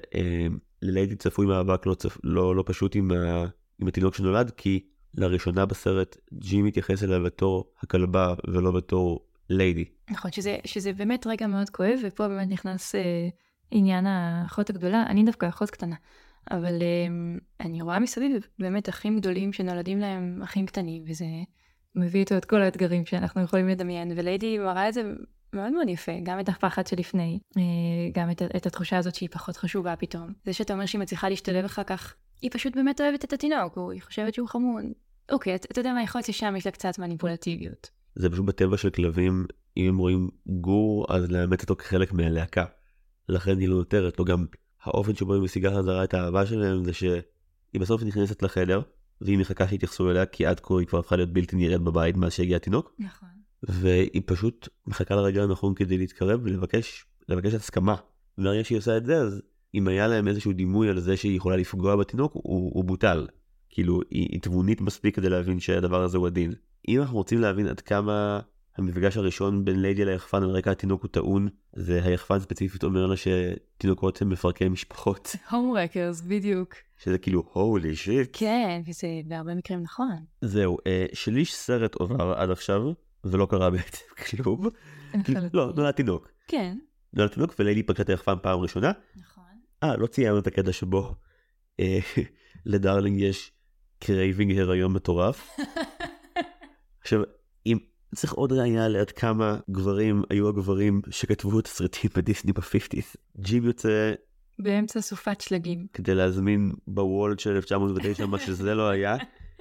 שלליידי צפוי מאבק לא פשוט עם התינוק שנולד, כי לראשונה בסרט ג'ים מתייחס אליה בתור הכלבה ולא בתור ליידי. נכון, שזה באמת רגע מאוד כואב, ופה באמת נכנס עניין האחות הגדולה. אני דווקא אחות קטנה, אבל אני רואה מסביב באמת אחים גדולים שנולדים להם אחים קטנים, וזה מביא איתו את כל האתגרים שאנחנו יכולים לדמיין, וליידי מראה את זה מאוד מאוד יפה, גם את הפחד שלפני, גם את התחושה הזאת שהיא פחות חשובה פתאום. זה שאתה אומר שהיא מצליחה להשתלב אחר כך, היא פשוט באמת אוהבת את התינוק, היא חושבת שהוא חמוד. אוקיי, אתה יודע מה, יכול להיות ששם יש לה קצת מניפולטיביות. זה פשוט בטבע של כלבים, אם הם רואים גור, אז לאמץ אותו כחלק מהלהקה. לכן היא לא נותרת לו. גם האופן שבו היא משיגה חזרה את האהבה שלהם, זה שהיא בסוף נכנסת לחדר, והיא מחכה שיתייחסו אליה, כי עד כה היא כבר הפכה להיות בלתי נראית בבית מאז שהגיע התינוק. נכון. והיא פשוט מחכה לרגע הנכון כדי להתקרב ולבקש הסכמה. והרגע שהיא עושה את זה, אז אם היה להם איזשהו דימוי על זה שהיא יכולה לפגוע בתינוק, הוא בוטל. כאילו, היא תבונית מספיק כדי להבין שהדבר הזה הוא הדין. אם אנחנו רוצים להבין עד כמה המפגש הראשון בין ליידי ליחפן על רקע התינוק הוא טעון, זה היחפן ספציפית אומר לה שתינוקות הם מפרקי משפחות. הומרקרס, בדיוק. שזה כאילו, holy shit. כן, וזה בהרבה מקרים נכון. זהו, שליש סרט עובר עד עכשיו, ולא קרה בעצם כלום. לא, נולד תינוק. כן. נולד תינוק וליידי פגשה את היחפן פעם ראשונה. נכון. לא ציינו את הקטע שבו לדרלינג יש קרייבינג הריון מטורף. עכשיו, אם צריך עוד ראייה לעד כמה גברים היו הגברים שכתבו את הסרטים בדיסני ב-50s. ג'ים יוצא באמצע סופת שלגים. כדי להזמין בוולד של 1909, מה שזה לא היה,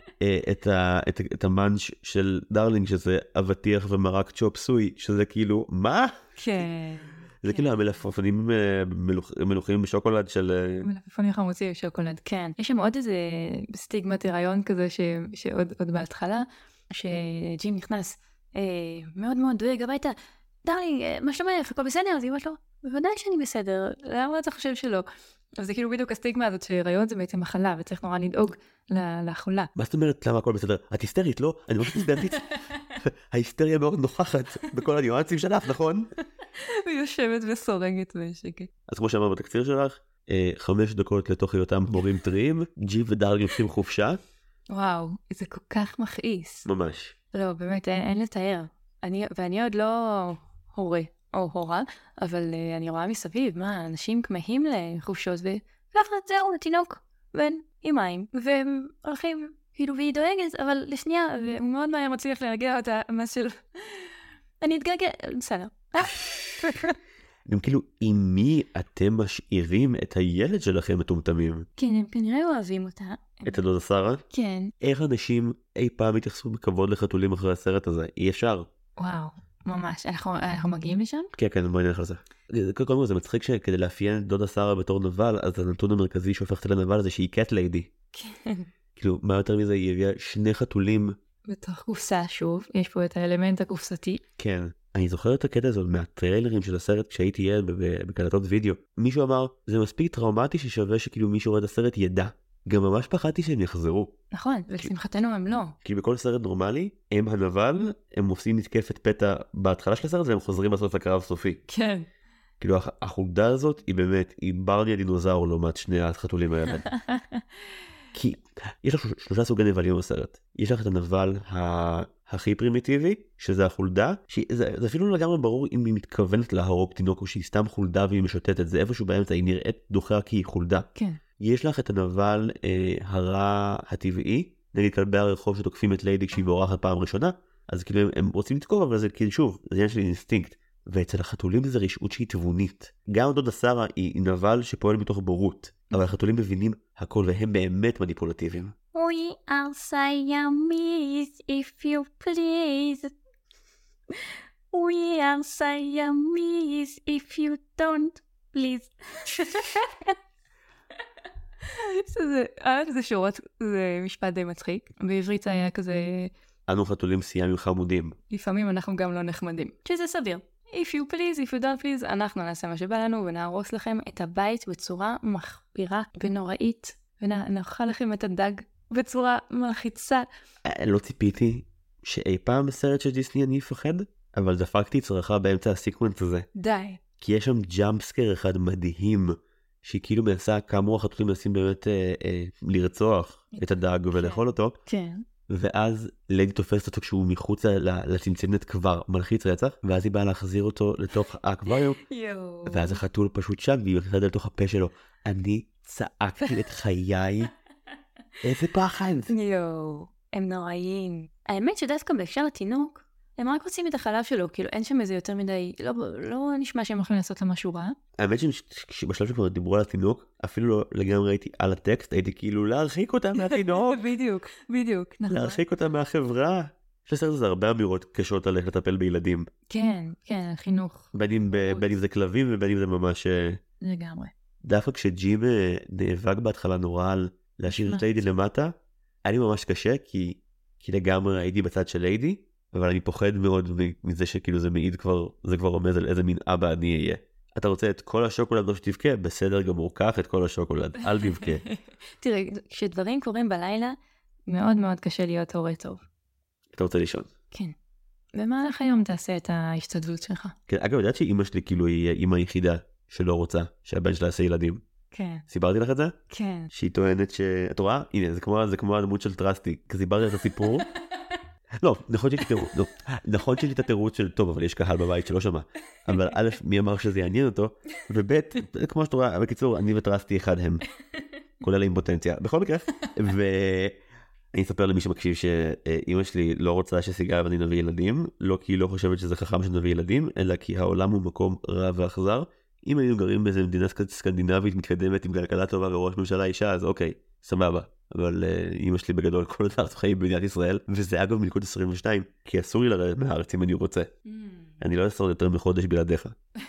את המאנץ' של דרלינג, שזה אבטיח ומרק צ'ופ סוי, שזה כאילו, מה? כן. זה כאילו המלפפונים מלוכים בשוקולד של... מלפפונים חמוצים בשוקולד, כן. יש שם עוד איזה סטיגמת הריון כזה שעוד בהתחלה, שג'ים נכנס מאוד מאוד דואג הביתה, דרלינג, מה שלומך? הכל בסדר? אז היא אומרת לו, בוודאי שאני בסדר, למה אתה חושב שלא? אז זה כאילו בדיוק הסטיגמה הזאת שהריון זה בעצם מחלה, וצריך נורא לדאוג לחולה. מה זאת אומרת למה הכל בסדר? את היסטרית, לא? אני ממש היסטרית. ההיסטריה מאוד נוכחת בכל הניואנסים שלך, נכון? היא יושבת וסורגת בשקט. אז כמו שאמר בתקציר שלך, 5 דקות לתוך היותם מורים טריים, ג'ים ודרלינג יוצאים חופשה. וואו, זה כל כך מכעיס. ממש. לא, באמת, אין לתאר. ואני עוד לא הורה או הורה, אבל אני רואה מסביב, מה, אנשים כמהים לחופשות, וככה זהו, לתינוק, בן עם מים, והם הולכים, כאילו, והיא דואגת, אבל לשנייה, והוא מאוד מהר מצליח להרגיע אותה, מה של... אני אתגעגע, בסדר. גם כאילו, עם מי אתם משאירים את הילד שלכם מטומטמים? כן, הם כנראה אוהבים אותה. את הדודה שרה? כן. איך אנשים אי פעם התייחסו בכבוד לחתולים אחרי הסרט הזה? אי אפשר. וואו, ממש. אנחנו מגיעים לשם? כן, כן, בואי נלך על זה. קודם כל זה מצחיק שכדי לאפיין את דודה שרה בתור נבל, אז הנתון המרכזי שהופך את הנבל זה שהיא קט ליידי. כן. כאילו, מה יותר מזה, היא הביאה 2 חתולים. בתוך קופסה שוב, יש פה את האלמנט הקופסתי. כן. אני זוכר את הקטע הזאת מהטריילרים של הסרט כשהייתי ילד בקלטות וידאו. מישהו אמר, זה מספיק טראומטי ששווה שכאילו מישהו רואה את הסרט ידע. גם ממש פחדתי שהם יחזרו. נכון, ולשמחתנו הם לא. כי בכל סרט נורמלי, הם הנבל, הם עושים מתקפת פתע בהתחלה של הסרט והם חוזרים בסוף לקרב סופי. כן. כאילו החולדה הזאת היא באמת, היא ברני הדינוזאור לעומת 2 החתולים האלה. כי יש לך 3 סוגי נבלים בסרט. יש לך את הנבל הכי פרימיטיבי, שזה החולדה, זה אפילו לא לגמרי ברור אם היא מתכוונת להרוג תינוק או שהיא סתם חולדה והיא משוטטת, זה איפשהו באמצע, היא נראית דוחה כי היא חולדה. כן. יש לך את הנבל הרע הטבעי, נגיד כלבי הרחוב שתוקפים את ליידי כשהיא בורחת פעם ראשונה, אז כאילו הם רוצים לתקוף, אבל זה כאילו שוב, זה עניין של אינסטינקט. ואצל החתולים זה רשעות שהיא תבונית. גם דודה שרה היא נבל שפועל מתוך בורות, אבל החתולים מבינים הכל והם באמת מניפולטיביים. We are Siamese, if you please. We are Siamese if you don't, please. זה שורות, זה משפט די מצחיק. בעברית זה היה כזה, אנו חתולים סיאמים חמודים. לפעמים אנחנו גם לא נחמדים. שזה סביר. If you please, if you don't please, אנחנו נעשה מה שבא לנו ונהרוס לכם את הבית בצורה מחפירה ונוראית, ונאכל לכם את הדג בצורה מלחיצה. לא ציפיתי שאי פעם בסרט של דיסני אני אפחד, אבל דפקתי צרחה באמצע הסיקוונס הזה. די. כי יש שם ג'אמפסקר אחד מדהים, שהיא כאילו מנסה כאמור החתולים מנסים באמת לרצוח את הדג ולאכול אותו. כן. ואז ליידי תופסת אותו כשהוא מחוץ לצנצנת כבר מלחיץ רצח, ואז היא באה להחזיר אותו לתוך האקווריום, ואז החתול פשוט שם, והיא מכניסה לתוך הפה שלו. אני צעקתי את חיי. איזה פחד. יואו, הם נוראיים. האמת שדווקא בהקשר לתינוק, הם רק רוצים את החלב שלו, כאילו אין שם איזה יותר מדי, לא נשמע שהם הולכים לעשות לו משהו רע. האמת שבשלב שכבר דיברו על התינוק, אפילו לא לגמרי הייתי על הטקסט, הייתי כאילו להרחיק אותה מהתינוק. בדיוק. להרחיק אותה מהחברה. יש לסרט הזה הרבה אמירות קשות על איך לטפל בילדים. כן, חינוך. בין אם זה כלבים ובין אם זה ממש... לגמרי. דווקא כשג'ים נאבק בהתחלה נורא על להשאיר את ליידי למטה, היה לי ממש קשה, כי לגמרי הייתי בצד של ליידי, אבל אני פוחד מאוד מזה שכאילו זה מעיד כבר, זה כבר רומז על איזה מין אבא אני אהיה. אתה רוצה את כל השוקולד לא שתבכה? בסדר גמור, קח את כל השוקולד, אל תבכה. תראה, כשדברים קורים בלילה, מאוד מאוד קשה להיות הורה טוב. אתה רוצה לישון? כן. במהלך היום תעשה את ההשתדלות שלך. כן, אגב, יודעת שאמא שלי כאילו היא אמא היחידה שלא רוצה שהבן שלה יעשה ילדים. כן. סיברתי לך את זה? כן. שהיא טוענת את רואה? הנה, זה כמו הדמות של טרסטי. כי סיברתי את הסיפור. לא, נכון שיש לי את התירוץ של טוב, אבל יש קהל בבית שלא שמע. אבל א', מי אמר שזה יעניין אותו, וב', כמו שאתה רואה, בקיצור, אני וטרסטי אחד הם. כולל האימפוטנציה. בכל מקרה, ואני אספר למי שמקשיב שאמא שלי לא רוצה שסיגל ואני נביא ילדים, לא כי היא לא חושבת שזה חכם שנביא ילדים, אלא כי העולם הוא מקום רע ואכזר. אם היינו גרים באיזה מדינה סקנדינבית מתקדמת עם כלכלה טובה וראש ממשלה אישה, אז אוקיי, סבבה. אבל אמא שלי בגדול כל הארץ חיים במדינת ישראל, וזה אגב מלכוד 22, כי אסור לי לרדת מהארץ אם אני רוצה. אני לא אשרוד יותר מחודש בלעדיך.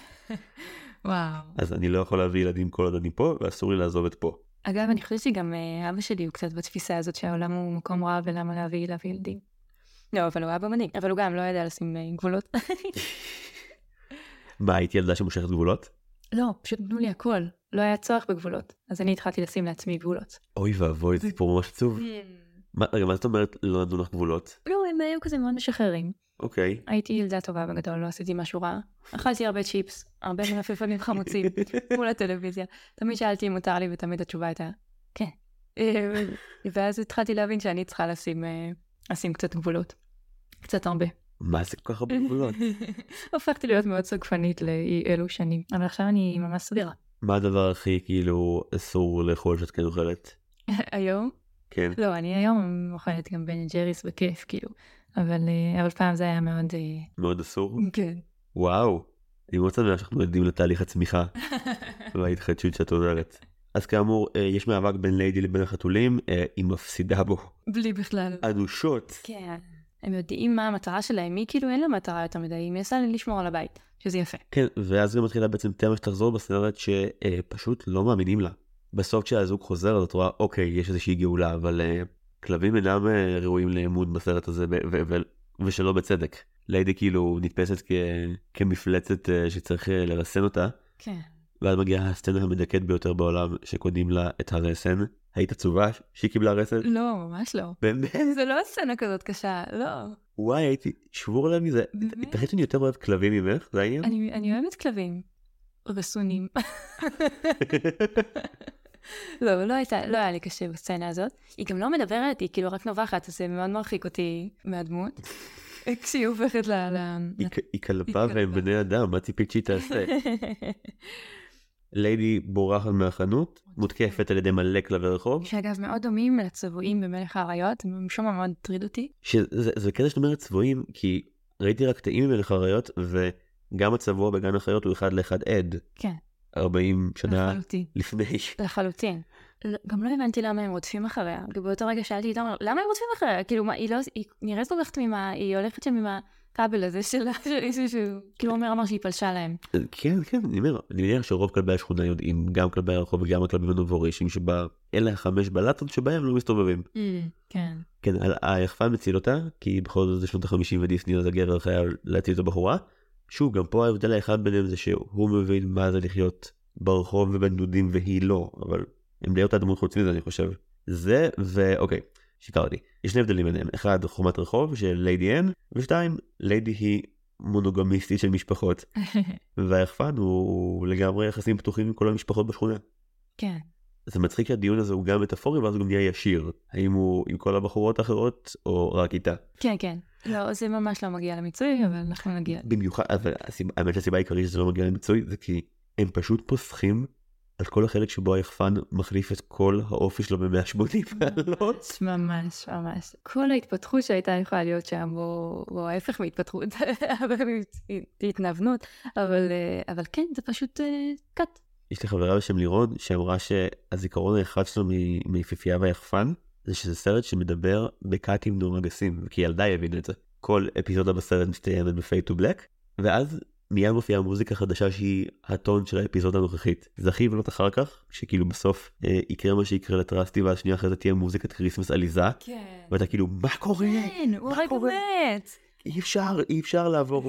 וואו. אז אני לא יכול להביא ילדים כל עוד אני פה, ואסור לי לעזוב את פה. אגב, אני חושבת שגם אבא שלי הוא קצת בתפיסה הזאת שהעולם הוא מקום רע ולמה להביא ילדים. לא, אבל הוא אבא מדהים, אבל הוא גם לא ידע לשים גבולות. מה, הייתי ילדה שמושכת גבולות? לא, פשוט נתנו לי הכל. לא היה צורך בגבולות. אז אני התחלתי לשים לעצמי גבולות. אוי ואבוי, זה סיפור ממש עצוב. רגע, מה זאת אומרת לא נתנו לך גבולות? לא, הם היו כזה מאוד משחררים. אוקיי. הייתי ילדה טובה בגדול, לא עשיתי משהו רע. אכלתי הרבה צ'יפס, הרבה מלפפונים חמוצים, מול הטלוויזיה. תמיד שאלתי אם מותר לי, ותמיד התשובה הייתה, כן. ואז התחלתי להבין שאני צריכה לשים קצת גבולות. קצת הרבה. מה זה כל כך הרבה גבולות? הופכתי להיות מאוד סגפנית לאלו שנים, אבל עכשיו אני ממש סבירה. מה הדבר הכי כאילו אסור לאכול שאת כן אוכלת? היום? כן. לא, אני היום אוכלת גם בן ג'ריס בכיף, כאילו. אבל פעם זה היה מאוד... מאוד אסור? כן. וואו. אני מאוד שמח שאנחנו עדים לתהליך הצמיחה וההתחדשות שאת עוברת. אז כאמור, יש מאבק בין ליידי לבין החתולים, היא מפסידה בו. בלי בכלל. אנושות. כן. הם יודעים מה המטרה שלהם, מי כאילו אין לה מטרה יותר מדי, היא מנסה לשמור על הבית, שזה יפה. כן, ואז גם מתחילה בעצם תמה שתחזור בסרט שפשוט לא מאמינים לה. בסוף כשהזוג חוזר, אז את רואה, אוקיי, יש איזושהי גאולה, אבל כלבים אינם ראויים לאמון בסרט הזה, ושלא בצדק. ליידי כאילו נתפסת כמפלצת שצריך לרסן אותה. כן. ואז מגיעה הסצנה המדכאת ביותר בעולם, שקודמים לה את הרסן. היית עצובה שהיא קיבלה רסן? לא, ממש לא. באמת? זה לא סצנה כזאת קשה, לא. וואי, הייתי שבור עליהם מזה. תחשב שאני יותר אוהב כלבים ממך, זה העניין? אני אוהבת כלבים. רסונים. לא היה לי קשה בסצנה הזאת. היא גם לא מדברת, היא כאילו רק נובחת, אז זה מאוד מרחיק אותי מהדמות. כשהיא הופכת היא כלבה והם בני אדם, מה ציפית שהיא תעשה? ליידי בורחת מהחנות, מותקפת על ידי מלא כלבי רחוב. שאגב מאוד דומים לצבועים במלך האריות, הם משום מה מאוד הטריד אותי. זה כזה שאת אומרת צבועים, כי ראיתי רק תאים ממלך האריות, וגם הצבוע בגן החיות הוא אחד לאחד עד. כן. 40 שנה לחלוטין. לפני. לחלוטין. גם לא הבנתי למה הם רודפים אחריה. באותו רגע שאלתי איתם, למה הם רודפים אחריה? כאילו, היא נראית כל כך תמימה, היא הולכת שם עם הכבל הזה של איזשהו שהוא, כאילו אמר שהיא פלשה להם. כן, אני מניח שרוב כלבי השכונה יודעים, גם כלבי הרחוב וגם הכלבים הנובורישים, שבה אלה 5 בלטות שבהם לא מסתובבים. כן. כן, היחפן מציל אותה, כי בכל זאת זה שנות ה-50 ודיסני, אז הגבר חייב להציל את הבחורה. שוב, גם פה ההבדל האחד ביניהם זה שהוא מבין מה זה לחיות ברחוב ובנדודים והיא לא, אבל הם די אותה דמות חוץ מזה, אני חושב. זה, ואוקיי, שיקרתי. יש שני הבדלים ביניהם. אחד, חומת רחוב של ליידי אן, ושתיים, ליידי היא מונוגמיסטית של משפחות. והיחפן הוא לגמרי יחסים פתוחים עם כל המשפחות בשכונה. כן. זה מצחיק שהדיון הזה הוא גם מטאפורי, ואז הוא גם נהיה ישיר. האם הוא עם כל הבחורות האחרות, או רק איתה? כן, כן. לא, זה ממש לא מגיע למיצוי, אבל אנחנו נגיע. במיוחד, אבל האמת שהסיבה העיקרית שזה לא מגיע למיצוי, זה כי הם פשוט פוסחים על כל החלק שבו היחפן מחליף את כל האופי שלו ב-180 מעלות. ממש, ממש. כל ההתפתחות שהייתה יכולה להיות שם, או ההפך מהתפתחות, התנוונות, אבל כן, זה פשוט קאט. יש לי חברה בשם לירון, שאמרה שהזיכרון האחד שלו מיפיפייה והיחפן, זה שזה סרט שמדבר בקאטים נורא גסים, כי ילדה יבין את זה. כל אפיזודה בסרט מסתיימת ב-Fade to Black, ואז מיד מופיעה מוזיקה חדשה שהיא הטון של האפיזודה הנוכחית. זה הכי ולא אחר כך, שכאילו בסוף יקרה מה שיקרה לטרסטי, ואז שנייה אחרי זה תהיה מוזיקת קריסמס עליזה, כן. ואתה כאילו, מה קורה? כן, הוא רק מת. אי אפשר לעבור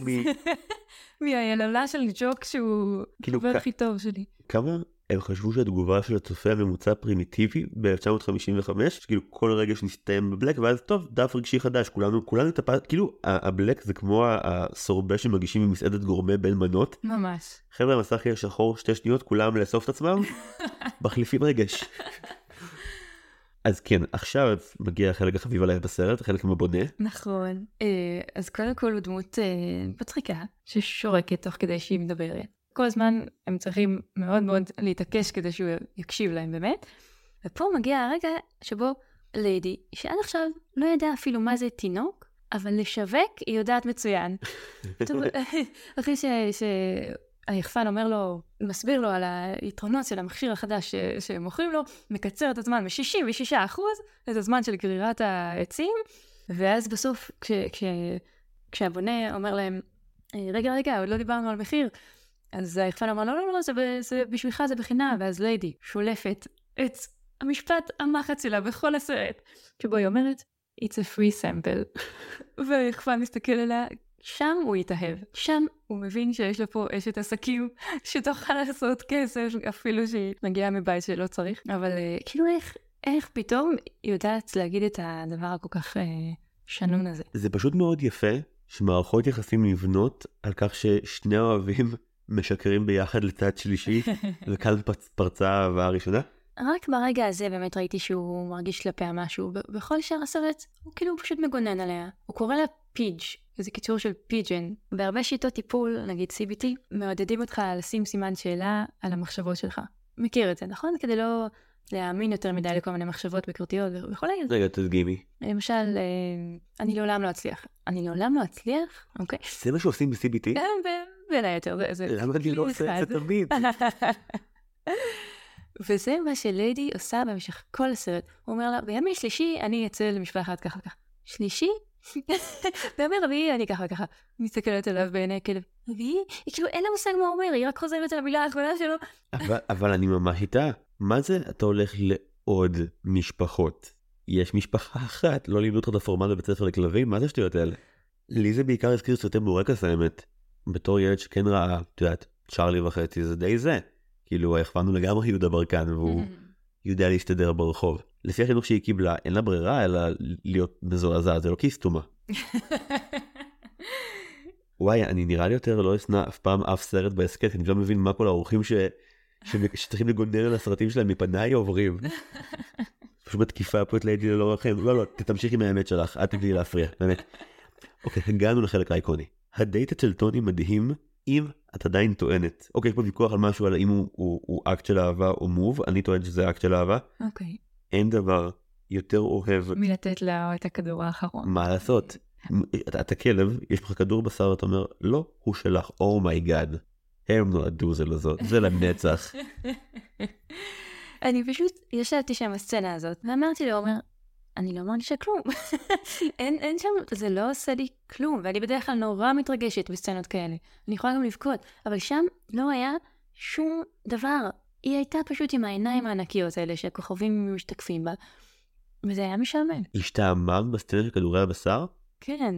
מהיללה של ג'וק שהוא חבר הכי טוב שלי. כמה הם חשבו שהתגובה של הצופה הממוצע פרימיטיבי ב-1955, שכאילו כל רגע שנסתיים בבלק, ואז טוב, דף רגשי חדש, כולנו טפס, כאילו הבלק זה כמו הסורבה שמגישים ממסעדת גורמה בין מנות. ממש. חבר'ה, המסך יהיה שחור 2 שניות, כולם לאסוף את עצמם, מחליפים רגש. אז כן, עכשיו מגיע החלק החביב עליי בסרט, החלק מבונה. נכון. אז קודם כל הוא דמות מצחיקה, ששורקת תוך כדי שהיא מדברת. כל הזמן הם צריכים מאוד מאוד להתעקש כדי שהוא יקשיב להם באמת. ופה מגיע הרגע שבו ליידי, שעד עכשיו לא ידע אפילו מה זה תינוק, אבל לשווק היא יודעת מצוין. אחרי שהיחפן אומר לו, מסביר לו על היתרונות של המכשיר החדש שמוכרים לו, מקצר את הזמן מ-66% את הזמן של גרירת העצים, ואז בסוף כשהבונה אומר להם, רגע, עוד לא דיברנו על מחיר, אז היחפן אמר, לא, זה בשבילך זה בחינם, ואז ליידי שולפת את המשפט המחץ שלה בכל הסרט, שבו היא אומרת, it's a free sample. והיחפן מסתכל עליה, שם הוא יתאהב. שם הוא מבין שיש לו פה אשת עסקים שתוכל לעשות כסף, אפילו שהיא מגיעה מבית שלא צריך. אבל כאילו איך פתאום היא יודעת להגיד את הדבר הכל כך שנון הזה. זה פשוט מאוד יפה שמערכות יחסים נבנות על כך ששני אוהבים משקרים ביחד לצד שלישי, וכאן פרצה האהבה הראשונה. רק ברגע הזה באמת ראיתי שהוא מרגיש כלפיה משהו. בכל שאר הסרט הוא כאילו פשוט מגונן עליה. הוא קורא לה פיג', וזה קיצור של פיג'ן. בהרבה שיטות טיפול, נגיד CBT, מעודדים אותך לשים סימן שאלה על המחשבות שלך. מכיר את זה, נכון? כדי לא להאמין יותר מדי לכל מיני מחשבות ביקורתיות וכו'. רגע, תדגימי. למשל, אני לעולם לא אצליח. אני לעולם לא אצליח? אוקיי. זה מה שעושים ב-CBT? בין היתר. למה אני לא עושה את זה תמיד? וזה מה שליידי עושה במשך כל הסרט. הוא אומר לה, בימי שלישי אני אצא למשפחת ככה וככה. שלישי? בימי רביעי אני ככה וככה. מסתכלת עליו בעיני כלב. רביעי? היא כאילו אין לה מושג מה אומר, היא רק חוזרת על המילה האחרונה שלו. אבל אני ממש איתה. מה זה אתה הולך לעוד משפחות? יש משפחה אחת, לא לימדו אותך את הפורמט בבית ספר לכלבים? מה זה שטויות האלה? לי זה בעיקר הזכיר סרטי בורקס האמת. בתור ילד שכן ראה, את יודעת, צ'רלי וחצי, זה די זה. כאילו, היחפן הוא לגמרי יהודה ברקן, והוא יודע להסתדר ברחוב. לפי החינוך שהיא קיבלה, אין לה ברירה, אלא להיות מזועזע, זה לא כיסטומה. וואי, אני נראה לי יותר לא אסנע אף פעם אף סרט בעסקת, אני לא מבין מה כל האורחים שצריכים לגונן על הסרטים שלהם מפניי עוברים. פשוט בתקיפה פה את ליידי ללא רחם. לא, תמשיך עם האמת שלך, אל תגלי להפריע, באמת. אוקיי, הגענו לחלק האיקוני. הדייט אצל טוני מדהים, אם את עדיין טוענת. אוקיי, יש פה ויכוח על משהו, על אם הוא אקט של אהבה או מוב, אני טוען שזה אקט של אהבה. אוקיי. אין דבר יותר אוהב. מלתת לה את הכדור האחרון. מה לעשות? אתה כלב, יש לך כדור בשר, אתה אומר, לא, הוא שלך, אומייגאד. הם נועדו זה לזאת, זה לנצח. אני פשוט ישבתי שם הסצנה הזאת, ואמרתי לעומר, אני לא מרגישה כלום. אין שם, זה לא עושה לי כלום, ואני בדרך כלל נורא מתרגשת בסצנות כאלה. אני יכולה גם לבכות, אבל שם לא היה שום דבר. היא הייתה פשוט עם העיניים הענקיות האלה שהכוכבים משתקפים בה, וזה היה משעמם. השתעמם בסצנה של כדורי הבשר? כן.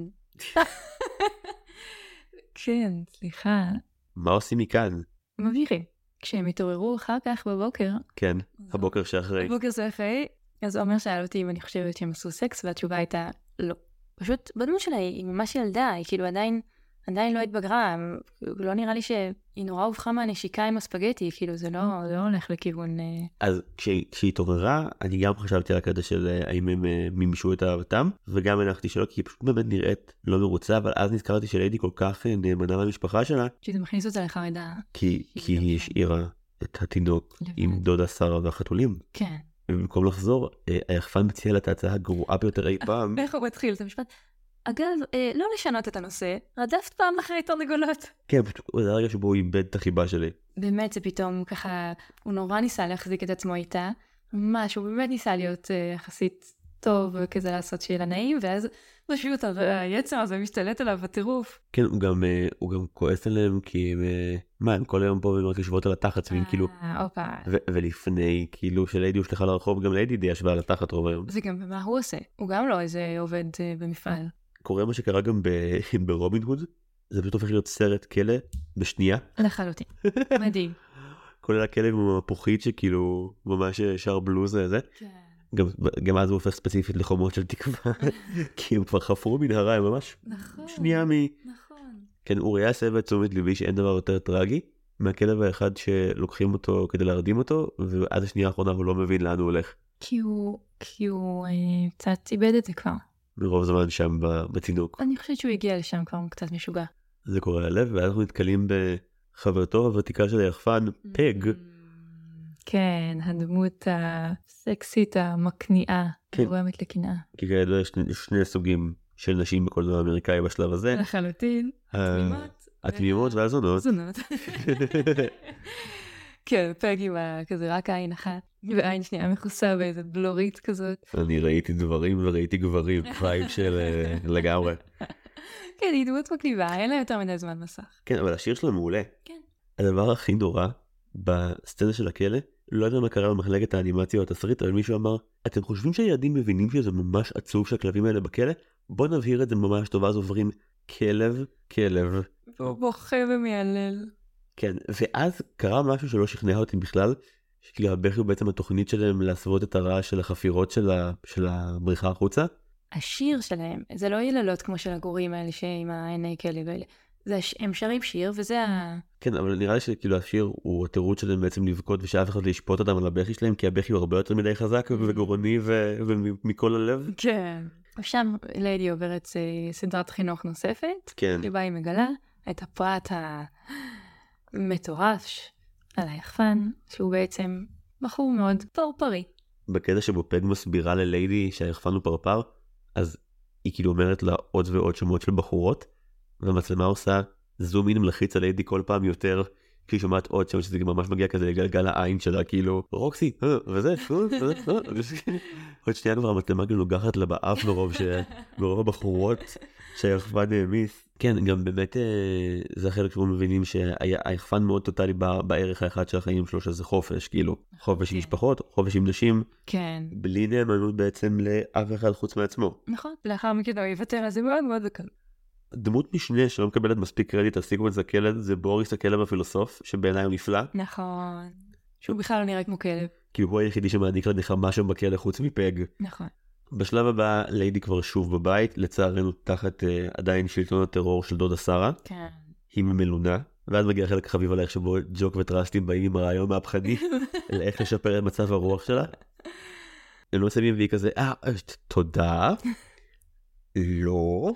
כן, סליחה. מה עושים מכאן? מבהירים. כשהם התעוררו אחר כך בבוקר, כן, הבוקר שאחרי. הבוקר שאחרי, אז עומר שאל אותי אם אני חושבת שהם עשו סקס, והתשובה הייתה לא. פשוט בדמות שלה היא ממש ילדה, היא כאילו עדיין לא התבגרה, לא נראה לי שהיא נורא הובכה מהנשיקה עם הספגטי, כאילו זה לא הולך לכיוון... אז כשהיא התעוררה, אני גם חשבתי על הקטע של האם הם מימשו את אהבתם, וגם הנחתי שלא, כי היא פשוט באמת נראית לא מרוצה, אבל אז נזכרתי שליידי כל כך נאמנה למשפחה שלה, שזה מכניס אותה לחרדה. כי היא השאירה את התינוק עם דודה שרה והחתולים. כן. ובמקום לחזור, היחפן מציע לה את ההצעה הגרועה ביותר אי פעם. איך הוא מתחיל את המשפט? אגב, לא לשנות את הנושא, רדפת פעם אחרי תרנגולות. כן, זה הרגע שבו הוא איבד את החיבה שלי. באמת זה פתאום ככה, הוא נורא ניסה להחזיק את עצמו איתה, ממש, הוא באמת ניסה להיות יחסית טוב וכזה לעשות שיהיה לה נעים, ואז פשוט היצר הזה משתלט עליו בטירוף. כן, הוא גם כועס עליהם, כי הם כל היום פה ומאוד לשבות על התחת, כאילו, ולפני, כאילו, שליידי הושלחה לרחוב, גם ליידי די ישבה על התחת רוב היום. זה גם מה הוא עושה, הוא גם לא איזה עובד במפעל. קורה מה שקרה גם ברובין הוד, זה פשוט הופך להיות סרט כלא בשנייה. לחלוטין, מדהים. כולל הכלב עם המפוחית שכאילו ממש שר בלוז זה. כן. גם אז הוא הופך ספציפית לחומות של תקווה, כי הם כבר חפרו מנהרה, הם ממש שנייה נכון. כן, אוריה הסב את תשומת ליבי שאין דבר יותר טרגי, מהכלב האחד שלוקחים אותו כדי להרדים אותו, ועד השנייה האחרונה הוא לא מבין לאן הוא הולך. כי הוא קצת איבד את זה כבר. מרוב זמן שם בתינוק. אני חושבת שהוא הגיע לשם כבר קצת משוגע. זה קורה ללב, ואז אנחנו נתקלים בחברתו הוותיקה של היחפן, פג. כן, הדמות הסקסית המקניעה, גורמת לקנאה. כי כאלה יש שני סוגים של נשים בקולנוע האמריקאי בשלב הזה. לחלוטין. התמימות והזונות. זונות. כן, פג עם כזה רק עין אחת, ועין שנייה מכוסה באיזה בלורית כזאת. אני ראיתי דברים וראיתי גברים, וייב של לגמרי. כן, היא דמות מקליבה, אין לה יותר מדי זמן מסך. כן, אבל השיר שלו מעולה. כן. הדבר הכי נורא בסצנה של הכלא, לא יודע מה קרה במחלקת האנימציה או התסריט, אבל מישהו אמר, אתם חושבים שהילדים מבינים שזה ממש עצוב שהכלבים האלה בכלא? בוא נבהיר את זה ממש טוב, אז עוברים כלב. בוכה ומיילל. כן, ואז קרה משהו שלא שכנע אותי בכלל, שכאילו הבכי הוא בעצם התוכנית שלהם להסוות את הרעש של החפירות של הבריחה החוצה. השיר שלהם, זה לא יללות כמו של הגורים האלה שעם העיני כלב האלה. הם שרים שיר וזה כן, אבל נראה לי שכאילו השיר הוא התירוץ שלהם בעצם לבכות ושאף אחד לשפוט אותם על הבכי שלהם, כי הבכי הוא הרבה יותר מדי חזק וגורני ומכל הלב. כן. ושם ליידי עוברת סדרת חינוך נוספת. כן. שבה היא מגלה את הפרט המטורף על היחפן, שהוא בעצם בחור מאוד פרפרי. בקטע שבו פג מסבירה לליידי שהיחפן הוא פרפר, אז היא כאילו אומרת לה עוד ועוד שמות של בחורות, והמצלמה עושה זום אין מלחיץ על ליידי כל פעם יותר, כשהיא שומעת עוד שם שזה ממש מגיע כזה לגלגל העין שלה, כאילו רוקסי, וזה, עוד שנייה כבר המצלמה כאילו נוגחת לה באף ברוב הבחורות שהיחפן העמיס. כן, גם באמת זה החלק שבו מבינים שהיחפן מאוד טוטלי בערך האחד של החיים שלו, שזה חופש, כאילו חופש עם משפחות, חופש עם נשים, בלי נאמנות בעצם לאף אחד חוץ מעצמו. נכון, לאחר מכן הוא יוותר על זה מאוד מאוד בקל. דמות משנה שלא מקבלת מספיק קרדיט על סיקוונס הכלב, זה בוריס הכלב הפילוסוף, שבעיניי הוא נפלא. נכון. שהוא בכלל לא נראה כמו כלב. כי הוא היחידי שמעניק לנחמה שם בכלא חוץ מפג. נכון. בשלב הבא ליידי כבר שוב בבית, לצערנו תחת עדיין שלטון הטרור של דודה שרה. כן. היא ממלונה, ואז מגיע חלק חביב עליך שבו ג'וק וטרסטים באים עם הרעיון מהפכני, לאיך לשפר את מצב הרוח שלה. הם לא מסיימים והיא כזה, תודה. לא.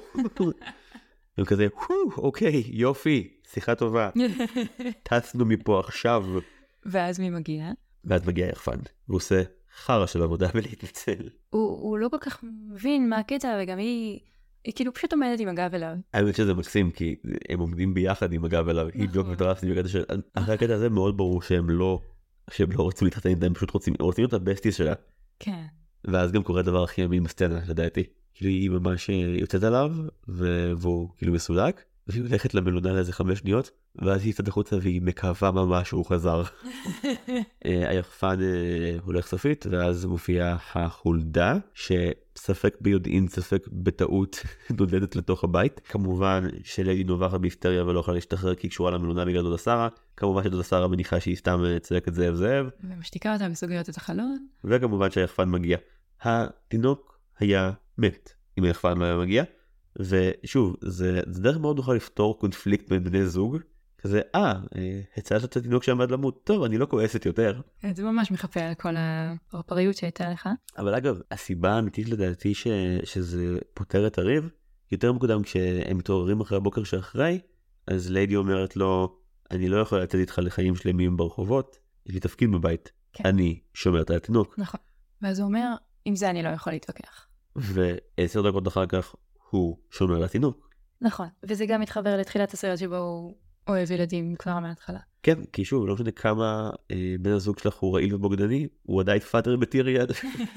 הם כזה, אוקיי, יופי, שיחה טובה. טסנו מפה עכשיו. ואז מי מגיע? ואז מגיע יחפן, והוא עושה חרא של עבודה ולהתנצל. הוא לא כל כך מבין מה הקטע, וגם היא כאילו פשוט עומדת עם הגב אליו. האמת שזה מקסים, כי הם עומדים ביחד עם הגב אליו. היא ג'וק וטרסטי בקטע של, אחרי הקטע הזה מאוד ברור שהם לא רוצים להתחתן איתה, הם פשוט רוצים את הבסטיס שלה. כן. ואז גם קורה דבר הכי אמין בסצנה, לדעתי. כאילו היא ממש יוצאת עליו, והוא כאילו מסולק, והיא הולכת למלונה לאיזה 5 שניות, ואז היא יצאת החוצה והיא מקווה ממש שהוא חזר. היחפן הולך סופית, ואז מופיעה החולדה, שספק ביודעין, ספק בטעות, נודדת לתוך הבית. כמובן שליידי נובחת בהיסטריה ולא יכולה להשתחרר כי היא קשורה למלונה בגלל דודה שרה. כמובן שדודה שרה מניחה שהיא סתם צועקת זאב זאב. ומשתיקה אותה וסוגרת את החלון. וכמובן שהיחפן מגיע. התינוק היה מת אם היחפן לא היה מגיע. ושוב, זה דרך מאוד נוכל לפתור קונפליקט בין בני זוג. כזה, הצעת את התינוק שעמד למות, טוב, אני לא כועסת יותר. זה ממש מחפה על כל הפריות שהייתה לך. אבל אגב, הסיבה האמיתית לדעתי שזה פותר את הריב, יותר מוקדם כשהם מתעוררים אחרי הבוקר שאחרי, אז ליידי אומרת לו, אני לא יכול לצאת איתך לחיים שלמים ברחובות, יש לי תפקיד בבית, כן. אני שומרת על התינוק. נכון, ואז הוא אומר, עם זה אני לא יכול להתווכח. ו10 דקות אחר כך הוא שומר על התינוק. נכון, וזה גם מתחבר לתחילת הסרט שבו הוא אוהב ילדים כבר מההתחלה. כן, כי שוב, לא משנה כמה בן הזוג שלך הוא רעיל ובוגדני, הוא עדיין פאטר בטיריאד.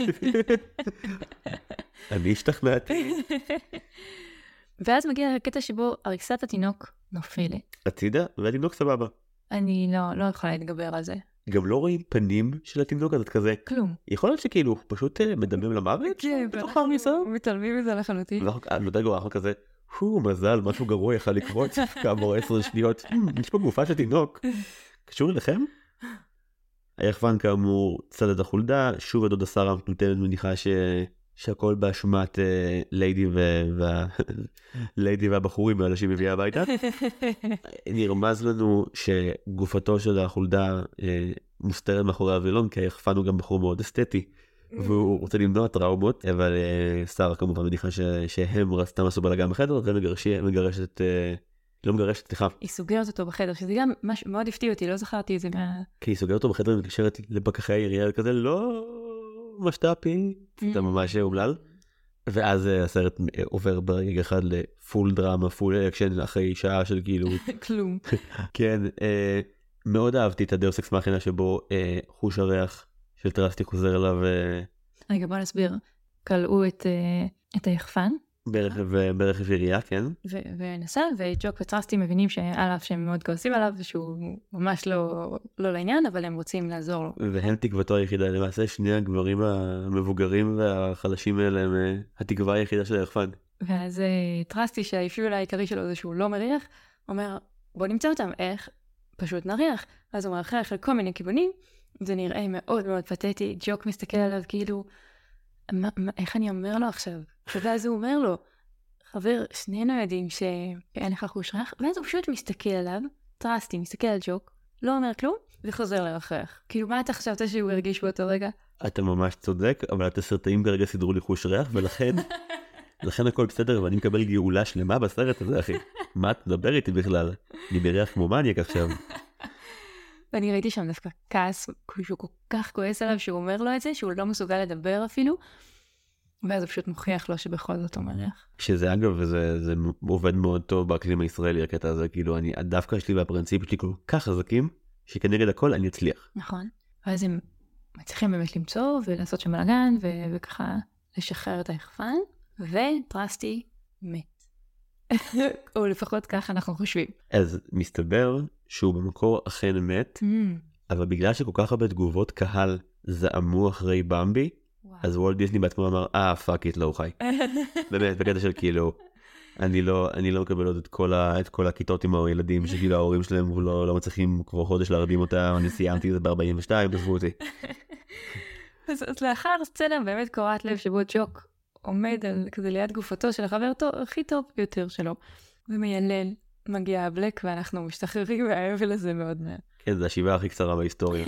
אני השתכנעתי. ואז מגיע הקטע שבו הריסת התינוק נופלת. הצידה, והתינוק סבבה. אני לא יכולה להתגבר על זה. גם לא רואים פנים של התינוק, אז את כזה. כלום. יכול להיות שכאילו פשוט מדמם למוות? כן, בתוך הריסה? מתעלמים מזה לחלוטין. לא יודע גרוע, כזה. מזל, משהו גרוע יכול לקרות כעבור 10 שניות. יש פה גופה של תינוק. קשור אליכם? היחפן כאמור צד את החולדה, שוב הדודה שרה נותנת מניחה שהכל באשמת ליידי והבחורים האלה שהיא מביאה הביתה. נרמז לנו שגופתו של החולדה מוסתרת מאחורי הווילון, כי היחפן הוא גם בחור מאוד אסתטי. והוא רוצה למנוע טראומות, אבל שרה כמובן מניחה שהם רצתם עשו בלגן בחדר, ומגרשת, לא מגרשת, סליחה. היא סוגרת אותו בחדר, שזה גם משהו מאוד הפתיע אותי, לא זכרתי את זה כי היא סוגרת אותו בחדר ומתקשרת לפקחי העירייה, כזה לא משת"פי, אתה ממש אומלל. ואז הסרט עובר ברגע אחד לפול דרמה, פול אקשן, אחרי שעה של כאילו... כלום. כן, מאוד אהבתי את הדאוס אקס מאכינה שבו חוש הריח של טרסטי חוזר אליו. רגע, בוא נסביר. קלעו את היחפן. ברכב עירייה, כן. ונסע, וג'וק וטרסטי מבינים שעל אף שהם מאוד כועסים עליו, ושהוא ממש לא לעניין, אבל הם רוצים לעזור לו. והם תקוותו היחידה. למעשה שני הגברים המבוגרים והחלשים האלה הם התקווה היחידה של היחפן. ואז טרסטי, שהאפיול העיקרי שלו זה שהוא לא מריח, אומר, בוא נמצא אותם, איך? פשוט נריח. אז הוא מרחח על כל מיני כיוונים, זה נראה מאוד מאוד פתטי, ג'וק מסתכל עליו כאילו, איך אני אומר לו עכשיו? ואז הוא אומר לו, חבר, שנינו יודעים שאין לך חוש ריח, ואז הוא פשוט מסתכל עליו, טרסטי, מסתכל על ג'וק, לא אומר כלום, וחוזר לרחח. כאילו, מה אתה חשבת שהוא הרגיש באותו רגע? אתה ממש צודק, אבל התסרטאים כרגע סידרו לי חוש ריח, ולכן הכל בסדר, ואני מקבל גאולה שלמה בסרט הזה, אחי. מה את מדבר איתי בכלל? אני בריח כמו מניאק עכשיו. ואני ראיתי שם דווקא כעס, שהוא כל כך כועס עליו, שהוא אומר לו את זה, שהוא לא מסוגל לדבר אפילו, ואז הוא פשוט מוכיח לו שבכל זאת הוא מריח. שזה אגב, זה עובד מאוד טוב באקלים הישראלי, הקטע הזה, כאילו, הדווקא שלי והפרינציפ שלי כל כך חזקים, שכנגד הכל אני אצליח. נכון. ואז הם מצליחים באמת למצוא, ולעשות שם בלגן, וככה לשחרר את היחפן, וטרסטי מת. או לפחות ככה אנחנו חושבים. אז מסתבר שהוא במקור אכן מת, אבל בגלל שכל כך הרבה תגובות קהל זעמו אחרי במבי, אז וולט דיסני בעצמו אמר, פאק איט, לא הוא חי. באמת, בקטע של כאילו, אני לא מקבל עוד את כל הכיתות עם הילדים, שכאילו ההורים שלהם לא מצליחים כבר חודש להרדים אותם, אני סיימתי את זה ב-42, תשבו אותי. אז לאחר סצנה באמת קוראת לב שבו ג'וק עומד כזה ליד גופתו של החבר הכי טוב ביותר שלו, ומיילל, מגיע הבלק, ואנחנו משתחררים מהאבל הזה מאוד מהר. כן, זה השבעה הכי קצרה בהיסטוריה.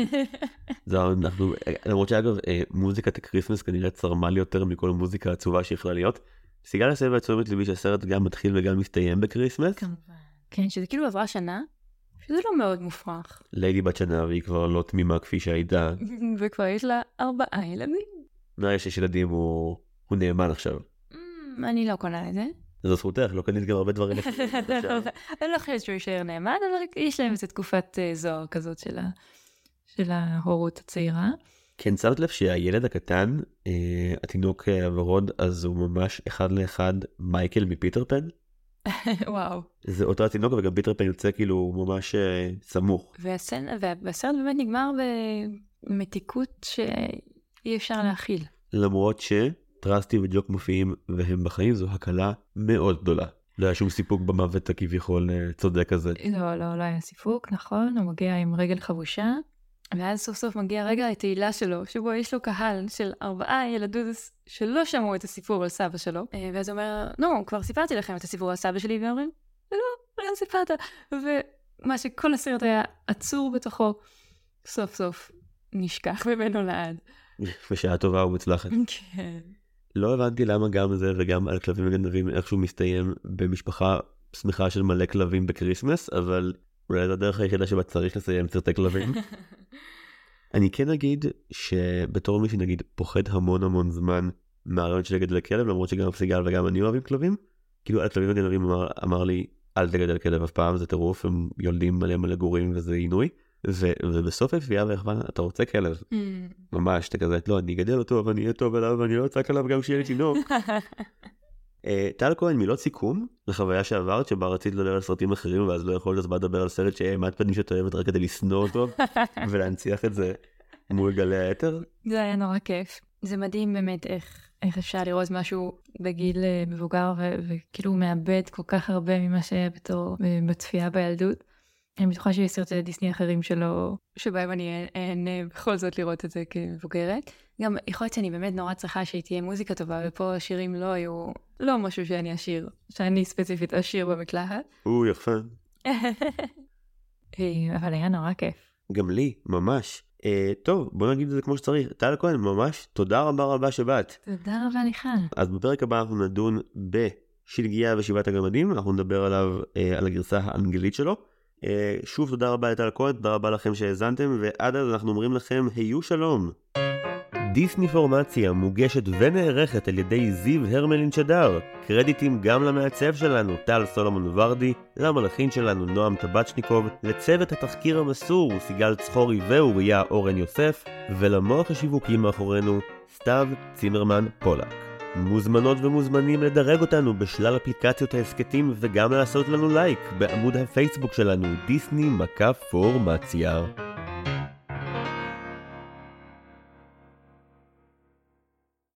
למרות שאגב, מוזיקת הקריסמס כנראה צרמה לי יותר מכל מוזיקה עצובה שיכולה להיות. סיגל הסבב עצומת ליבי שהסרט גם מתחיל וגם מסתיים בקריסמס. כמובן. כן, שזה כאילו עברה שנה, שזה לא מאוד מופרך. ליידי בת שנה, והיא כבר לא תמימה כפי שהייתה. וכבר יש לה 4 ילדים. נראה שיש ילדים, הוא נאמן עכשיו. אני לא קונה את זה. זו זכותך, לא קנית גם הרבה דברים. אני לא חושבת שהוא יישאר נאמן, אבל יש להם איזו תקופת זוהר כזאת של ההורות הצעירה. כן, שמת לב שהילד הקטן, התינוק הוורוד, אז הוא ממש אחד לאחד מייקל מפיטר פן? וואו. זה אותו התינוק, וגם פיטר פן יוצא כאילו ממש סמוך. והסרט באמת נגמר במתיקות שאי אפשר להכיל. למרות שטרסטי וג'וק מופיעים והם בחיים, זו הקלה מאוד גדולה. לא היה שום סיפוק במוות הכביכול צודק הזה. לא היה סיפוק, נכון, הוא מגיע עם רגל חבושה, ואז סוף סוף מגיע רגע התהילה שלו, שבו יש לו קהל של 4 ילדות שלא שמעו את הסיפור על סבא שלו, ואז הוא אומר, כבר סיפרתי לכם את הסיפור על סבא שלי, ואומרים, לא סיפרת, ומה שכל הסרט היה עצור בתוכו, סוף סוף נשכח ממנו לעד. בשעה טובה ומוצלחת. כן. לא הבנתי למה גם זה וגם על כלבים וגנבים איכשהו מסתיים במשפחה שמחה של מלא כלבים בקריסמס, אבל אולי זה הדרך היחידה שבה צריך לסיים סרטי כלבים. אני כן אגיד שבתור מי שנגיד פוחד המון זמן מהרעיון של לגדל כלב, למרות שגם סיגל וגם אני אוהבים כלבים, כאילו על כלבים וגנבים אמר לי אל תגדל כלב אף פעם, זה טירוף, הם יולדים מלא גורים וזה עינוי. ובסוף הפייה והכוון, אתה רוצה כלב? ממש, אתה כזה, לא, אני אגדל אותו, אבל אני אהיה טוב עליו, ואני לא אצעק עליו גם שיהיה לי תינוק. טל כהן, מילות סיכום לחוויה שעברת, שבה רצית לדבר על סרטים אחרים, ואז לא יכולת אז בא לדבר על סרט שהעמדת פנים שאת אוהבת רק כדי לשנוא אותו, ולהנציח את זה מול גלי היתר. זה היה נורא כיף. זה מדהים באמת איך אפשר לראות משהו בגיל מבוגר, וכאילו הוא מאבד כל כך הרבה ממה שהיה בצפייה בילדות. אני בטוחה שיש סרטי דיסני אחרים שלו, שבהם אני אהנה בכל זאת לראות את זה כמבוגרת. גם יכול להיות שאני באמת נורא צריכה שתהיה מוזיקה טובה, ופה השירים לא היו, לא משהו שאני אשיר, שאני ספציפית אשיר במקלחת. יפה. אבל היה נורא כיף. גם לי, ממש. טוב, בוא נגיד את זה כמו שצריך. טל כהן, ממש תודה רבה שבאת. תודה רבה לך. אז בפרק הבא אנחנו נדון בשלגיה ושבעת הגמדים, אנחנו נדבר עליו על הגרסה האנגלית שלו. שוב תודה רבה לטל כהן, תודה רבה לכם שהאזנתם, ועד אז אנחנו אומרים לכם, היו שלום. דיסני פורמציה מוגשת ונערכת על ידי זיו הרמלין שדר. קרדיטים גם למעצב שלנו, טל סולומון ורדי, למלחין שלנו, נועם טבצ'ניקוב, לצוות התחקיר המסור, סיגל צחורי ואוריה אורן יוסף, ולמוח השיווקים מאחורינו, סתיו צימרמן פולק. מוזמנות ומוזמנים לדרג אותנו בשלל אפליקציות העסקתים וגם לעשות לנו לייק בעמוד הפייסבוק שלנו דיסני פורמציה.